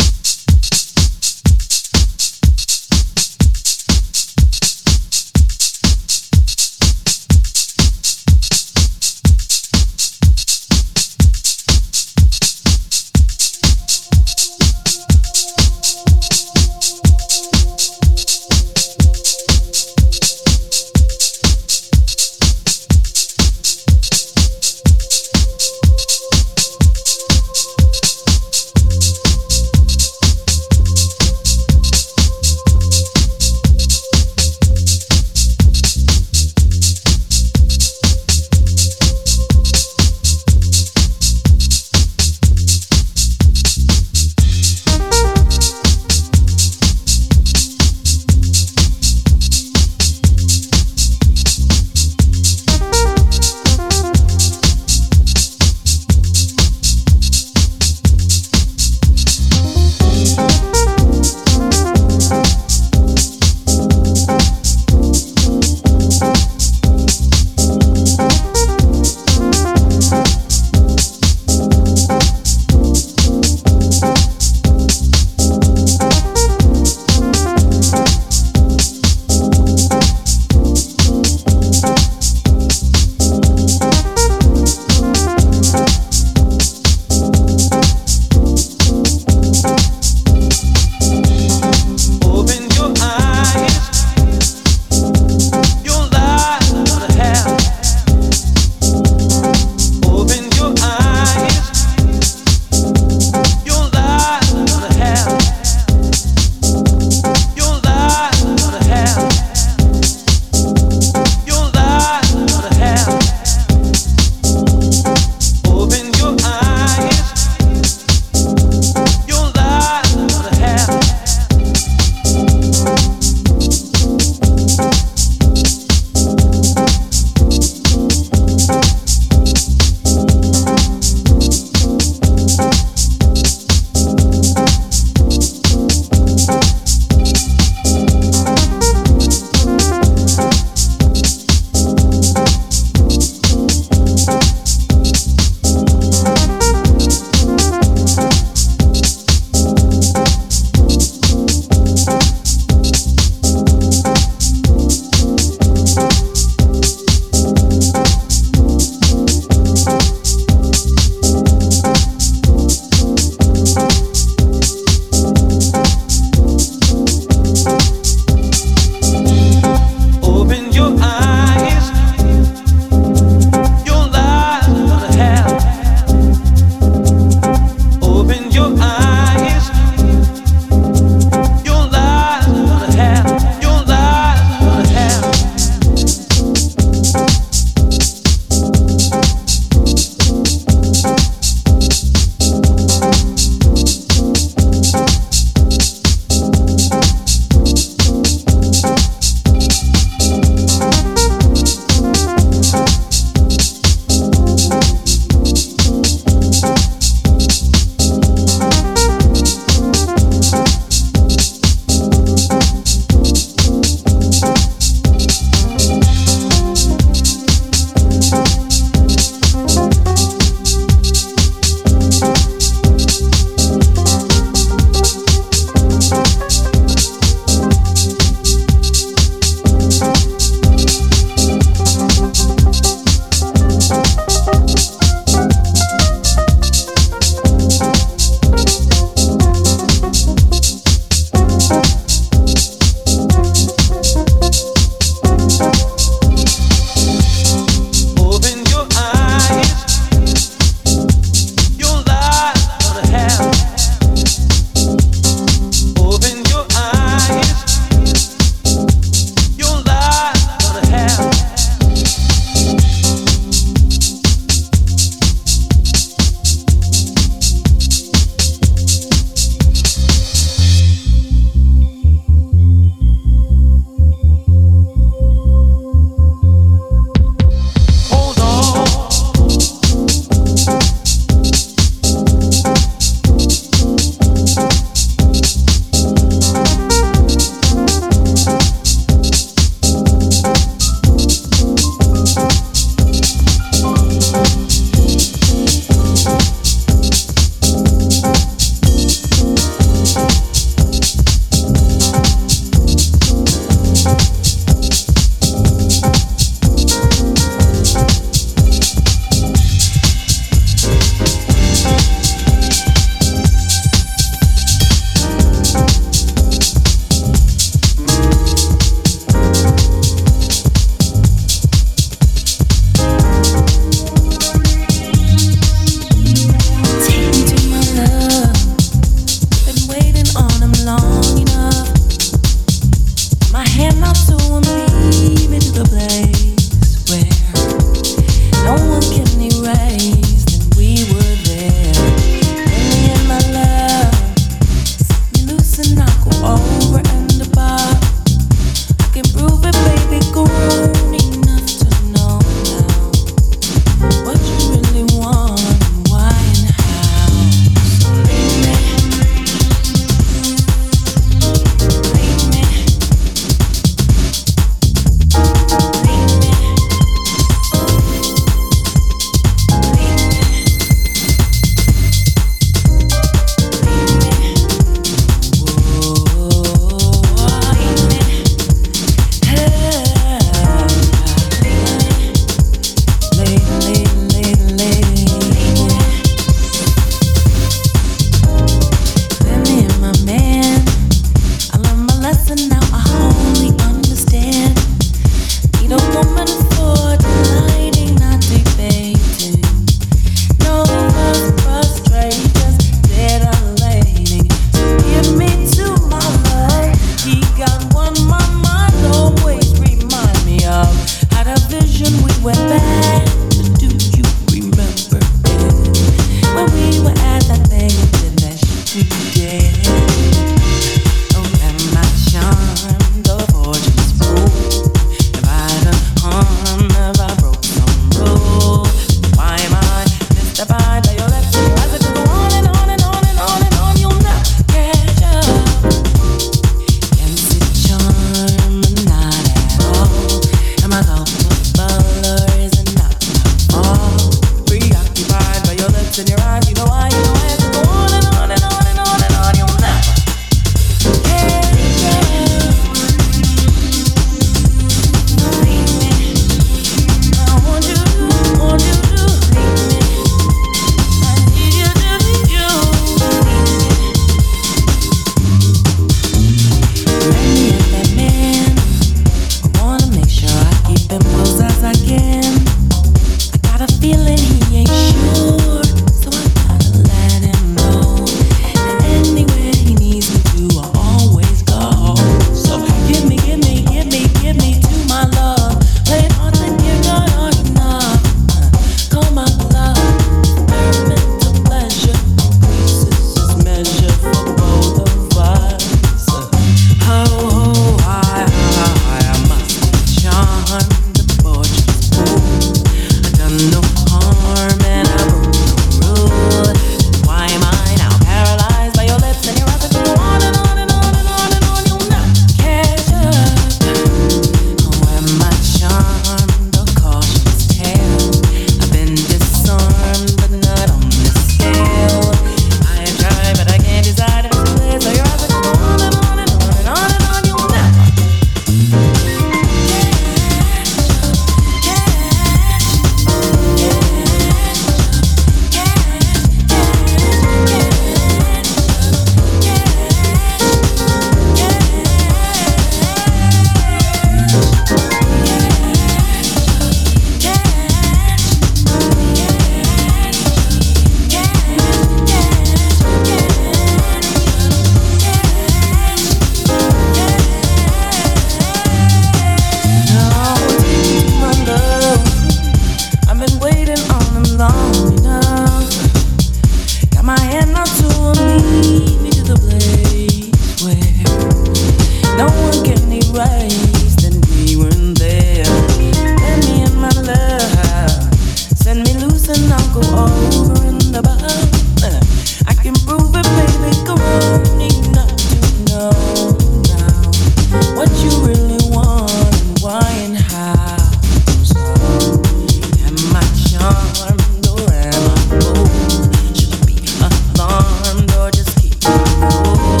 me to the place where no one can erase that we weren't there. Let me in my love, send me loose and I'll go over and above. I can prove it, baby, come on, need not to know now what you really want and why and how. So, am I charmed or am I bold? Should I be alarmed or just keep it cool?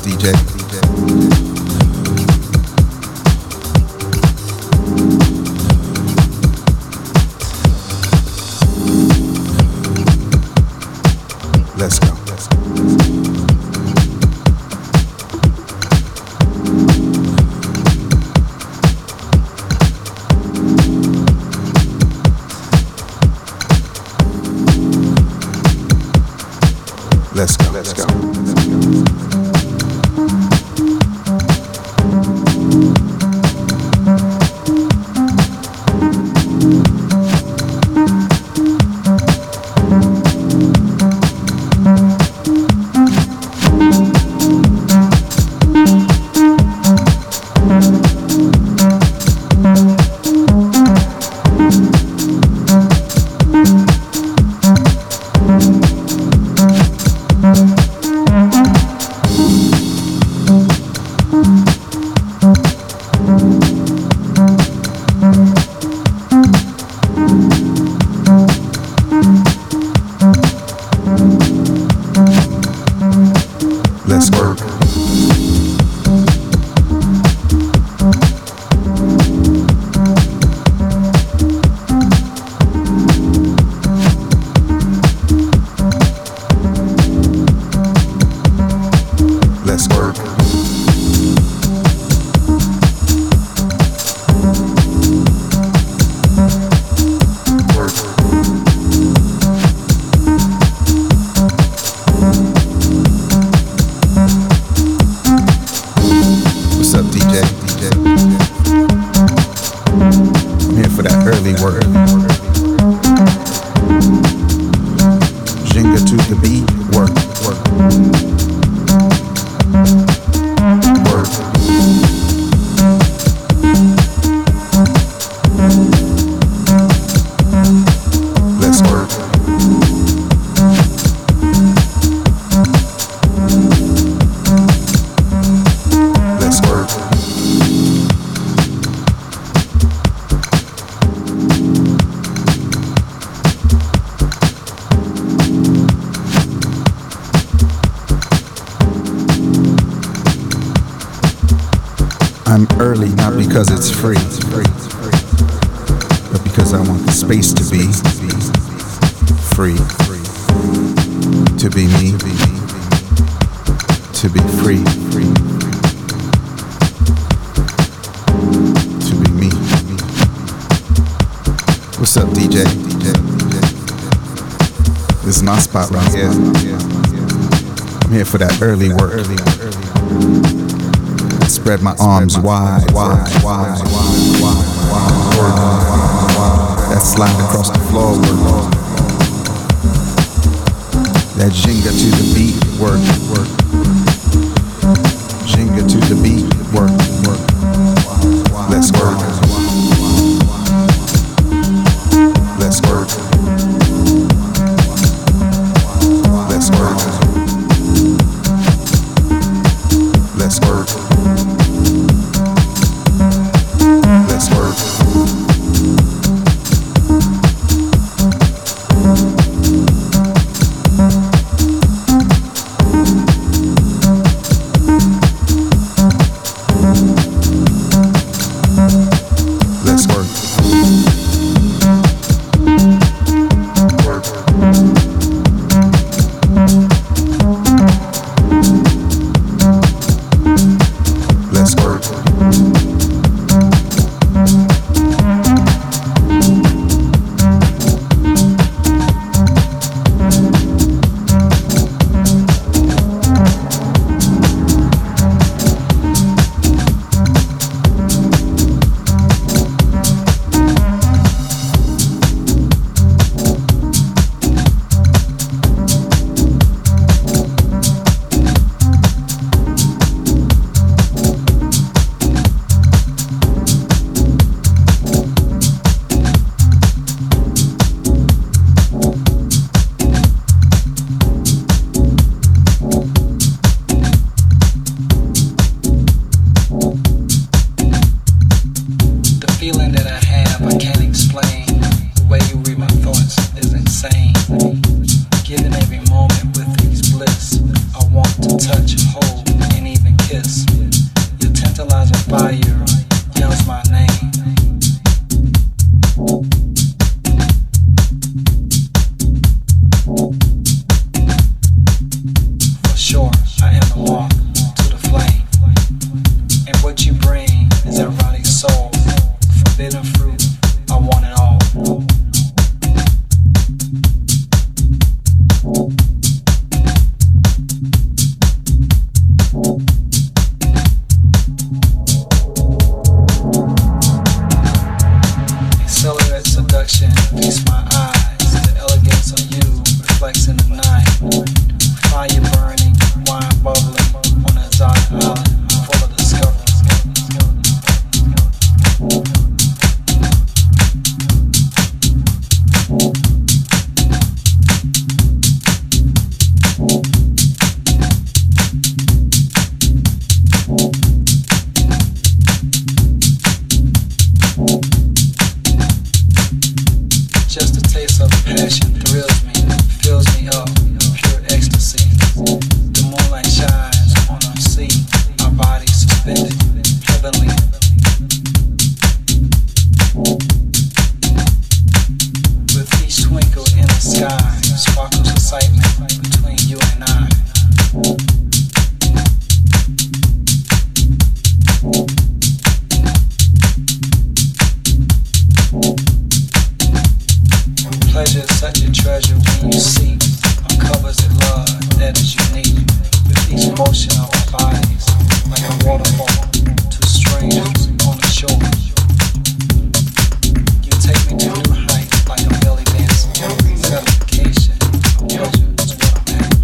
D J? Let's go. Let's go. Let's go. Let's work. Let's work. What's up, D J? I'm here for that early work. Jenga to the beat, work, work. Work. Let's work. Let's work. I'm early not because it's free, but because I want the space to be free, to be me, to be free, to be me. What's up, D J? This is my spot right here. I'm here for that early work. I spread my arms wide, wide, wide, wide, wide, wide. That slide across the floor work. That Jenga to the beat work, work. Jenga to the beat work, work. Let's work. Let's work. Let's work. Let's work. Let's work. Let's work. Work. Let's work. Giving every moment with these bliss. I want to touch, hold, and even sure I am the mark to the flame. And what you bring is erotic soul, forbidden fruit. I want it all. Accelerate seduction, feast my eyes. The elegance of you reflects in the night. Fire burning, wine bubbling on a desert island full of discovery. Just the taste of passion thrills me, fills me up, pure ecstasy. The moonlight shines on our sea, our bodies suspended, heavenly. With each twinkle in the sky, sparkles excitement between you and I. Pleasure is such a treasure when you see uncovers a love that is unique. With each motion of our bodies, like a waterfall, two strangers on the shore. You take me to new heights like a belly dancer. Satisfaction, pleasure is what I'm after.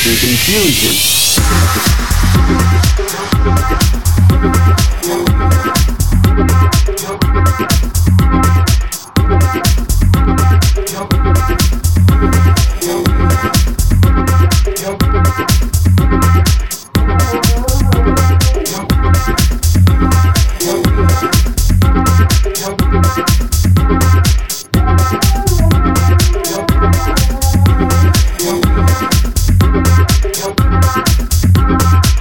confusion. We'll be right back.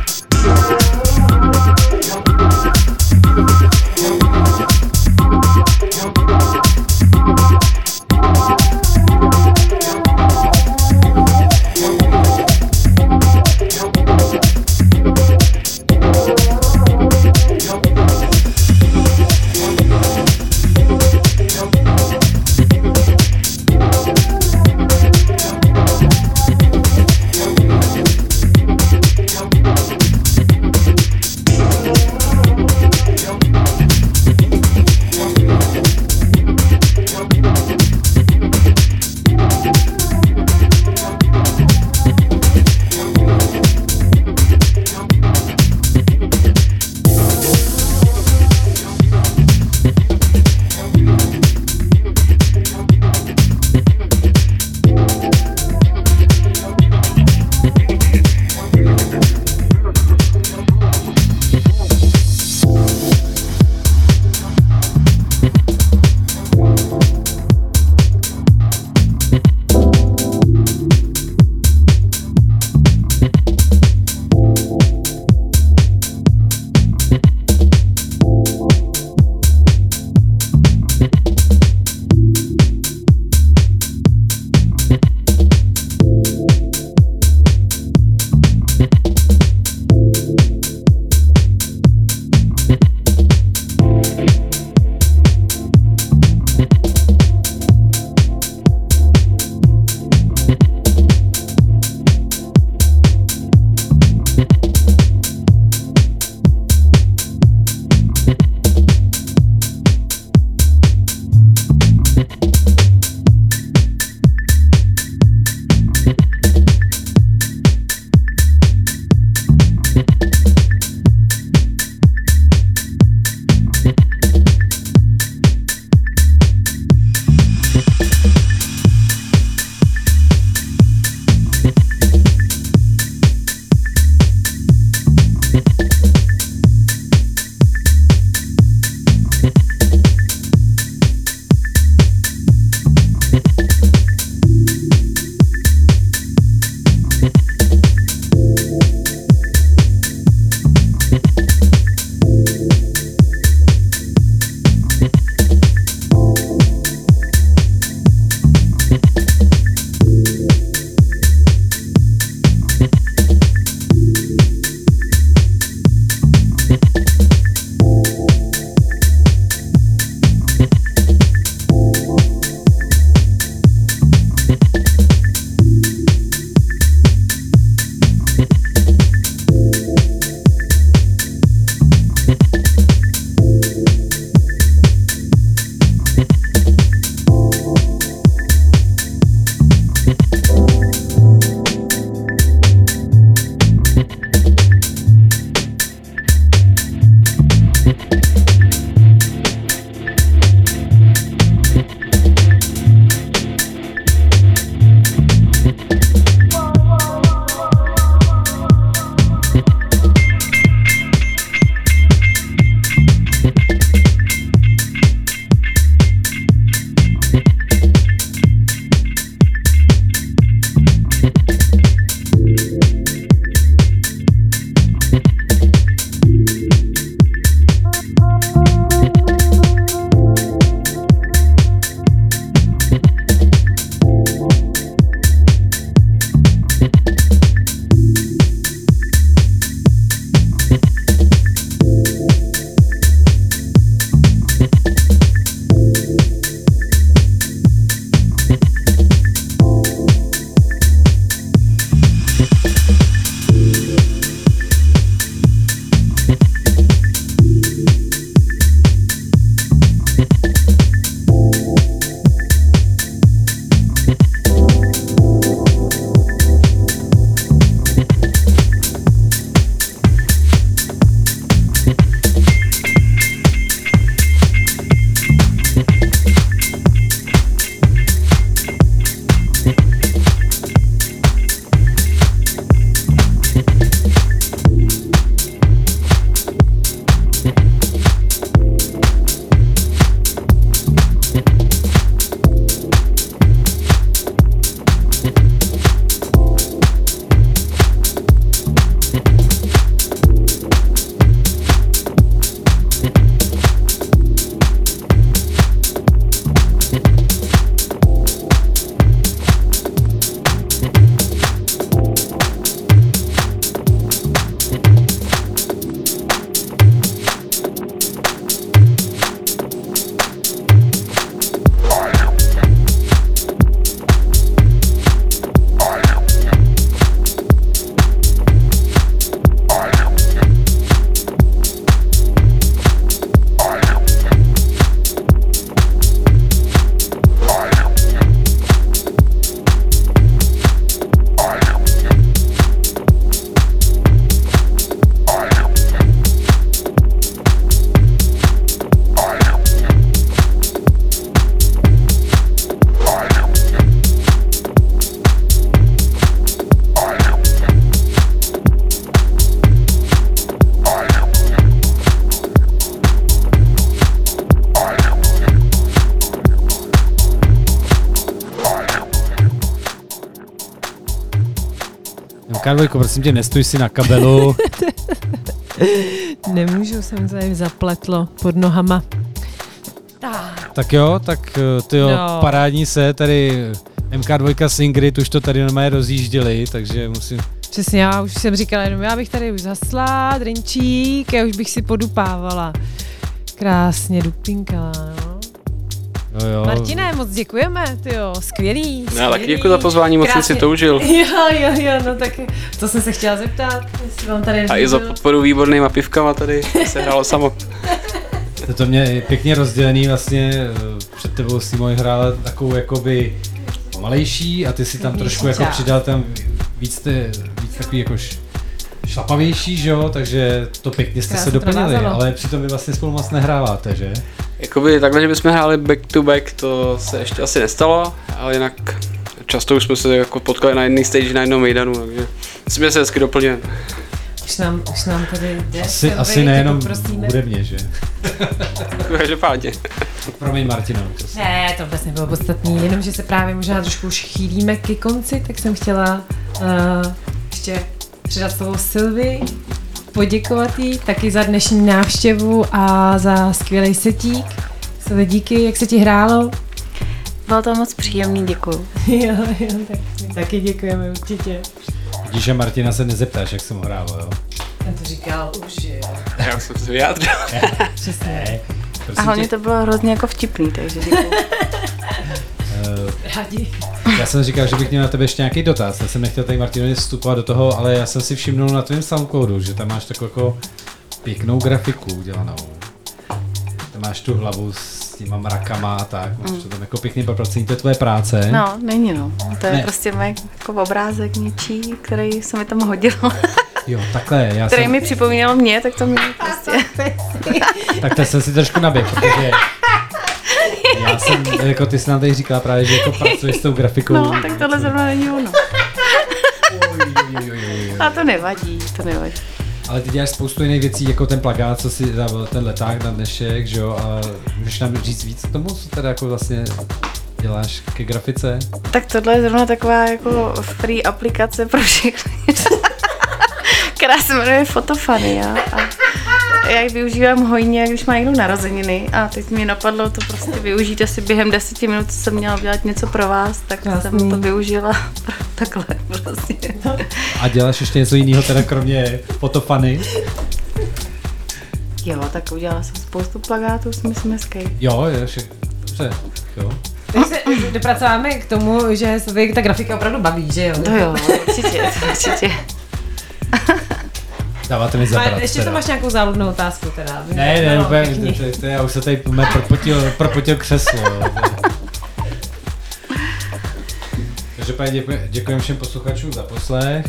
M K dva, prosím tě, nestůj si na kabelu. Nemůžu, jsem tady zapletlo pod nohama. Tak, tak jo, tak ty jo, no. Parádní se, tady M K dva s Ingrid už to tady normálně rozjížděli, takže musím... Přesně, já už jsem říkala jenom, já bych tady už zasla, drinčík, já už bych si podupávala. Krásně dupinkala, no. Jo, jo. Martine, moc děkujeme, tyjo, skvělý, skvělý. Já taky děkuji za pozvání, moc jsem si to užil. Jo, jo, jo, no tak to jsem se chtěla zeptat, jestli vám tady A i za podporu výbornýma pivkama tady se hrálo samo. To, to mě pěkně rozdělený vlastně, před tebou Simoj hrála takovou jakoby malejší a ty si tam Víc trošku jako přidal tam víc, ty, víc takový jako šlapavější, že jo, takže to pěkně jste Krásně se doplnili, ale přitom vy vlastně spolu moc nehráváte, že? Jakoby takhle, že bychom hráli back to back, to se ještě asi nestalo, ale jinak často už jsme se jako potkali na jedné stage, na jednom mejdanu, takže myslím, že se hezky doplňujeme. Už nám, už nám tady jde. Asi, asi nejenom hudebně, že? Každopádně. Promiň, Martino. Ne, to vůbec nebylo podstatný, jenom že se právě možná trošku už chýlíme ke konci, tak jsem chtěla uh, ještě předat slovo Sylvii, poděkovat jí taky za dnešní návštěvu a za skvělý setík. Sylvie, díky, jak se ti hrálo? Bylo to moc příjemný, děkuju. jo, jo, tak, taky děkujeme určitě. Vidíš, že Martina se nezeptáš, jak jsem hrálo, jo? Ten to říkal už, že jo. Já jsem se vyjádřil. Přesně. A hlavně tě... to bylo hrozně jako vtipný, takže děkuju. Rádi. Já jsem říkal, že bych měl na tebe ještě nějaký dotaz. Já jsem nechtěl tady Martinovi vstupovat do toho, ale já jsem si všimnul na tvém Soundcloudu, že tam máš takovou jako pěknou grafiku udělanou. Tam máš tu hlavu s těma mrakama a tak, máš to tam jako pěkně propracení, to je tvoje práce. No, není no, to je ne. prostě můj jako obrázek něčí, který se mi tam hodil. Jo, takhle, já který jsem... mi připomínal mě, tak to mě prostě... tak to jsem si trošku naběh, protože já jsem, jako ty jsi nám tady říkala právě, že jako pracuješ s tou grafikou. No, tak tohle zrovna není ono. A to nevadí, to nevadí. Ale ty děláš spoustu jiných věcí, jako ten plakát, co si dával ten leták na dnešek, že jo, a můžeš nám říct víc k tomu, co teda jako vlastně děláš ke grafice? Tak tohle je zrovna taková jako free aplikace pro všechny, která se jmenuje Photofany, a, a já ji využívám hojně, když má někdo narozeniny a teď mě napadlo to prostě využít asi během deseti minut, co jsem měla udělat něco pro vás, tak Krásný. jsem to využila takhle prostě. A děláš ještě něco jiného teda kromě Photofany? Jo, tak udělala jsem spoustu plakátů, si myslím hezký. Jo, je, dobře, jo. Teď se dopracujeme k tomu, že se ta grafika opravdu baví, že jo? To jo, určitě, určitě. Dáváte mi zabrat. Ještě teda. to máš nějakou záludnou otázku teda. Ne, ne, no, úplně, to, to, já už se tady propotil, propotil křeslo. Každopádně děkuji, děkujeme všem posluchačům za poslech.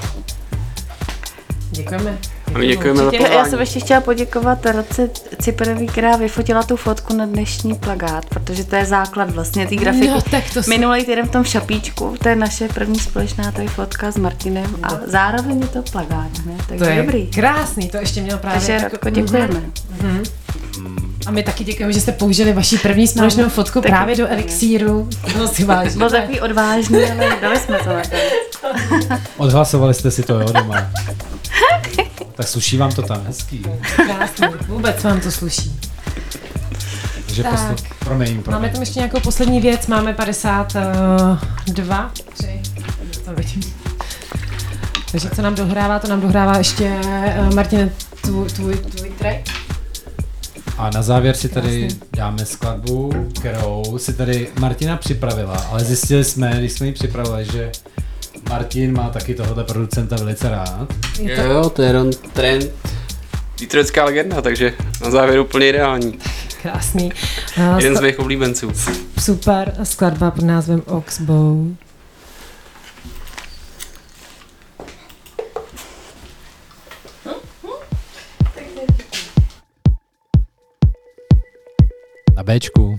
Děkujeme. A my děkujeme za pozvání. Já jsem ještě chtěla poděkovat Radce Ciperový, která vyfotila tu fotku na dnešní plakát, protože to je základ vlastně té grafiky. No, tak to minulý týden v tom šapíčku, to je naše první společná tady fotka s Martinem a zároveň je to plakát, ne? Takže to je dobrý. Krásný, to ještě měl právě. Takže Radko, děkujeme. Mm-hmm. A my taky děkujeme, že jste použili vaši první společnou no, fotku taky právě do Elixíru. No si vážně. Byl takový odvážný, ale dali jsme to na to. Odhlasovali jste si to, jo, doma. Tak sluší vám to tam, hezký. Krásný, vůbec vám to sluší. Takže poslu... promiň, promiň. Máme tam ještě nějakou poslední věc, máme padesát dva, tři, to vidím. Takže co nám dohrává, to nám dohrává ještě, uh, Martine, tvůj, tvůj, tvůj track. A na závěr si tady Krásný. dáme skladbu, kterou si tady Martina připravila, ale zjistili jsme, když jsme ji připravili, že Martin má taky tohoto producenta velice rád. Je to... Jo, to je jenom trend. Detroitská legenda, takže na závěr úplně ideální. Krásný. Uh, Jeden z mých oblíbenců. Super, skladba pod názvem Oxbow. Na Bčku.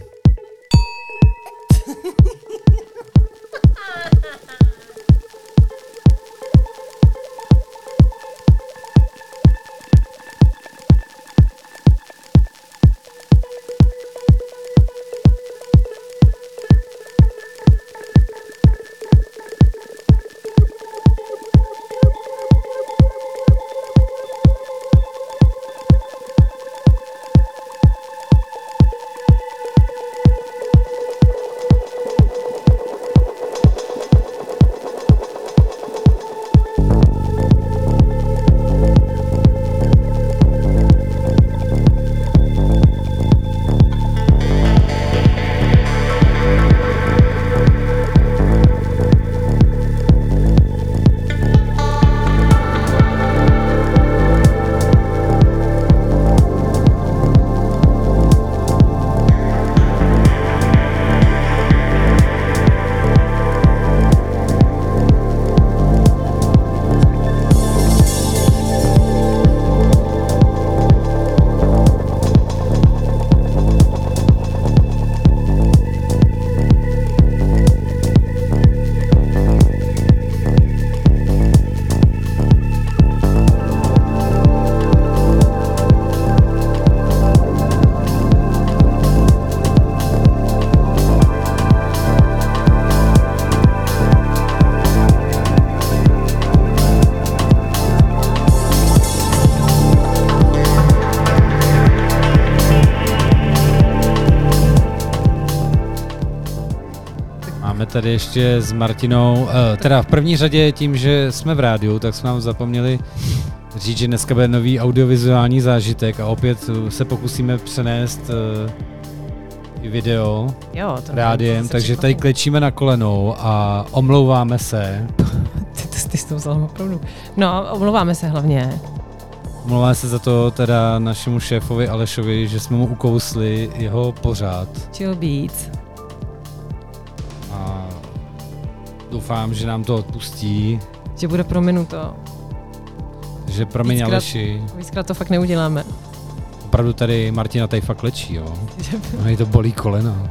Máme tady ještě s Martinou, uh, teda v první řadě tím, že jsme v rádiu, tak jsme nám zapomněli říct, že dneska bude nový audiovizuální zážitek a opět se pokusíme přenést uh, i video jo, to rádiem, takže tady klečíme na kolenou a omlouváme se. ty, ty, ty jsi to vzal opravdu. No, omlouváme se hlavně. Omlouváme se za to teda našemu šéfovi Alešovi, že jsme mu ukousli jeho pořád. Chill Beats. A doufám, že nám to odpustí. Že bude prominuto. Že promiň víckrát, Aleši. Víckrát to fakt neuděláme. Opravdu tady Martina tady fakt lečí, jo. Ono to bolí kolena.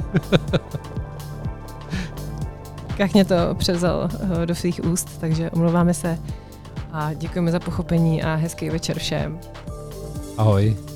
Kachně to převzal do svých úst, takže omlouváme se a děkujeme za pochopení a hezký večer všem. Ahoj.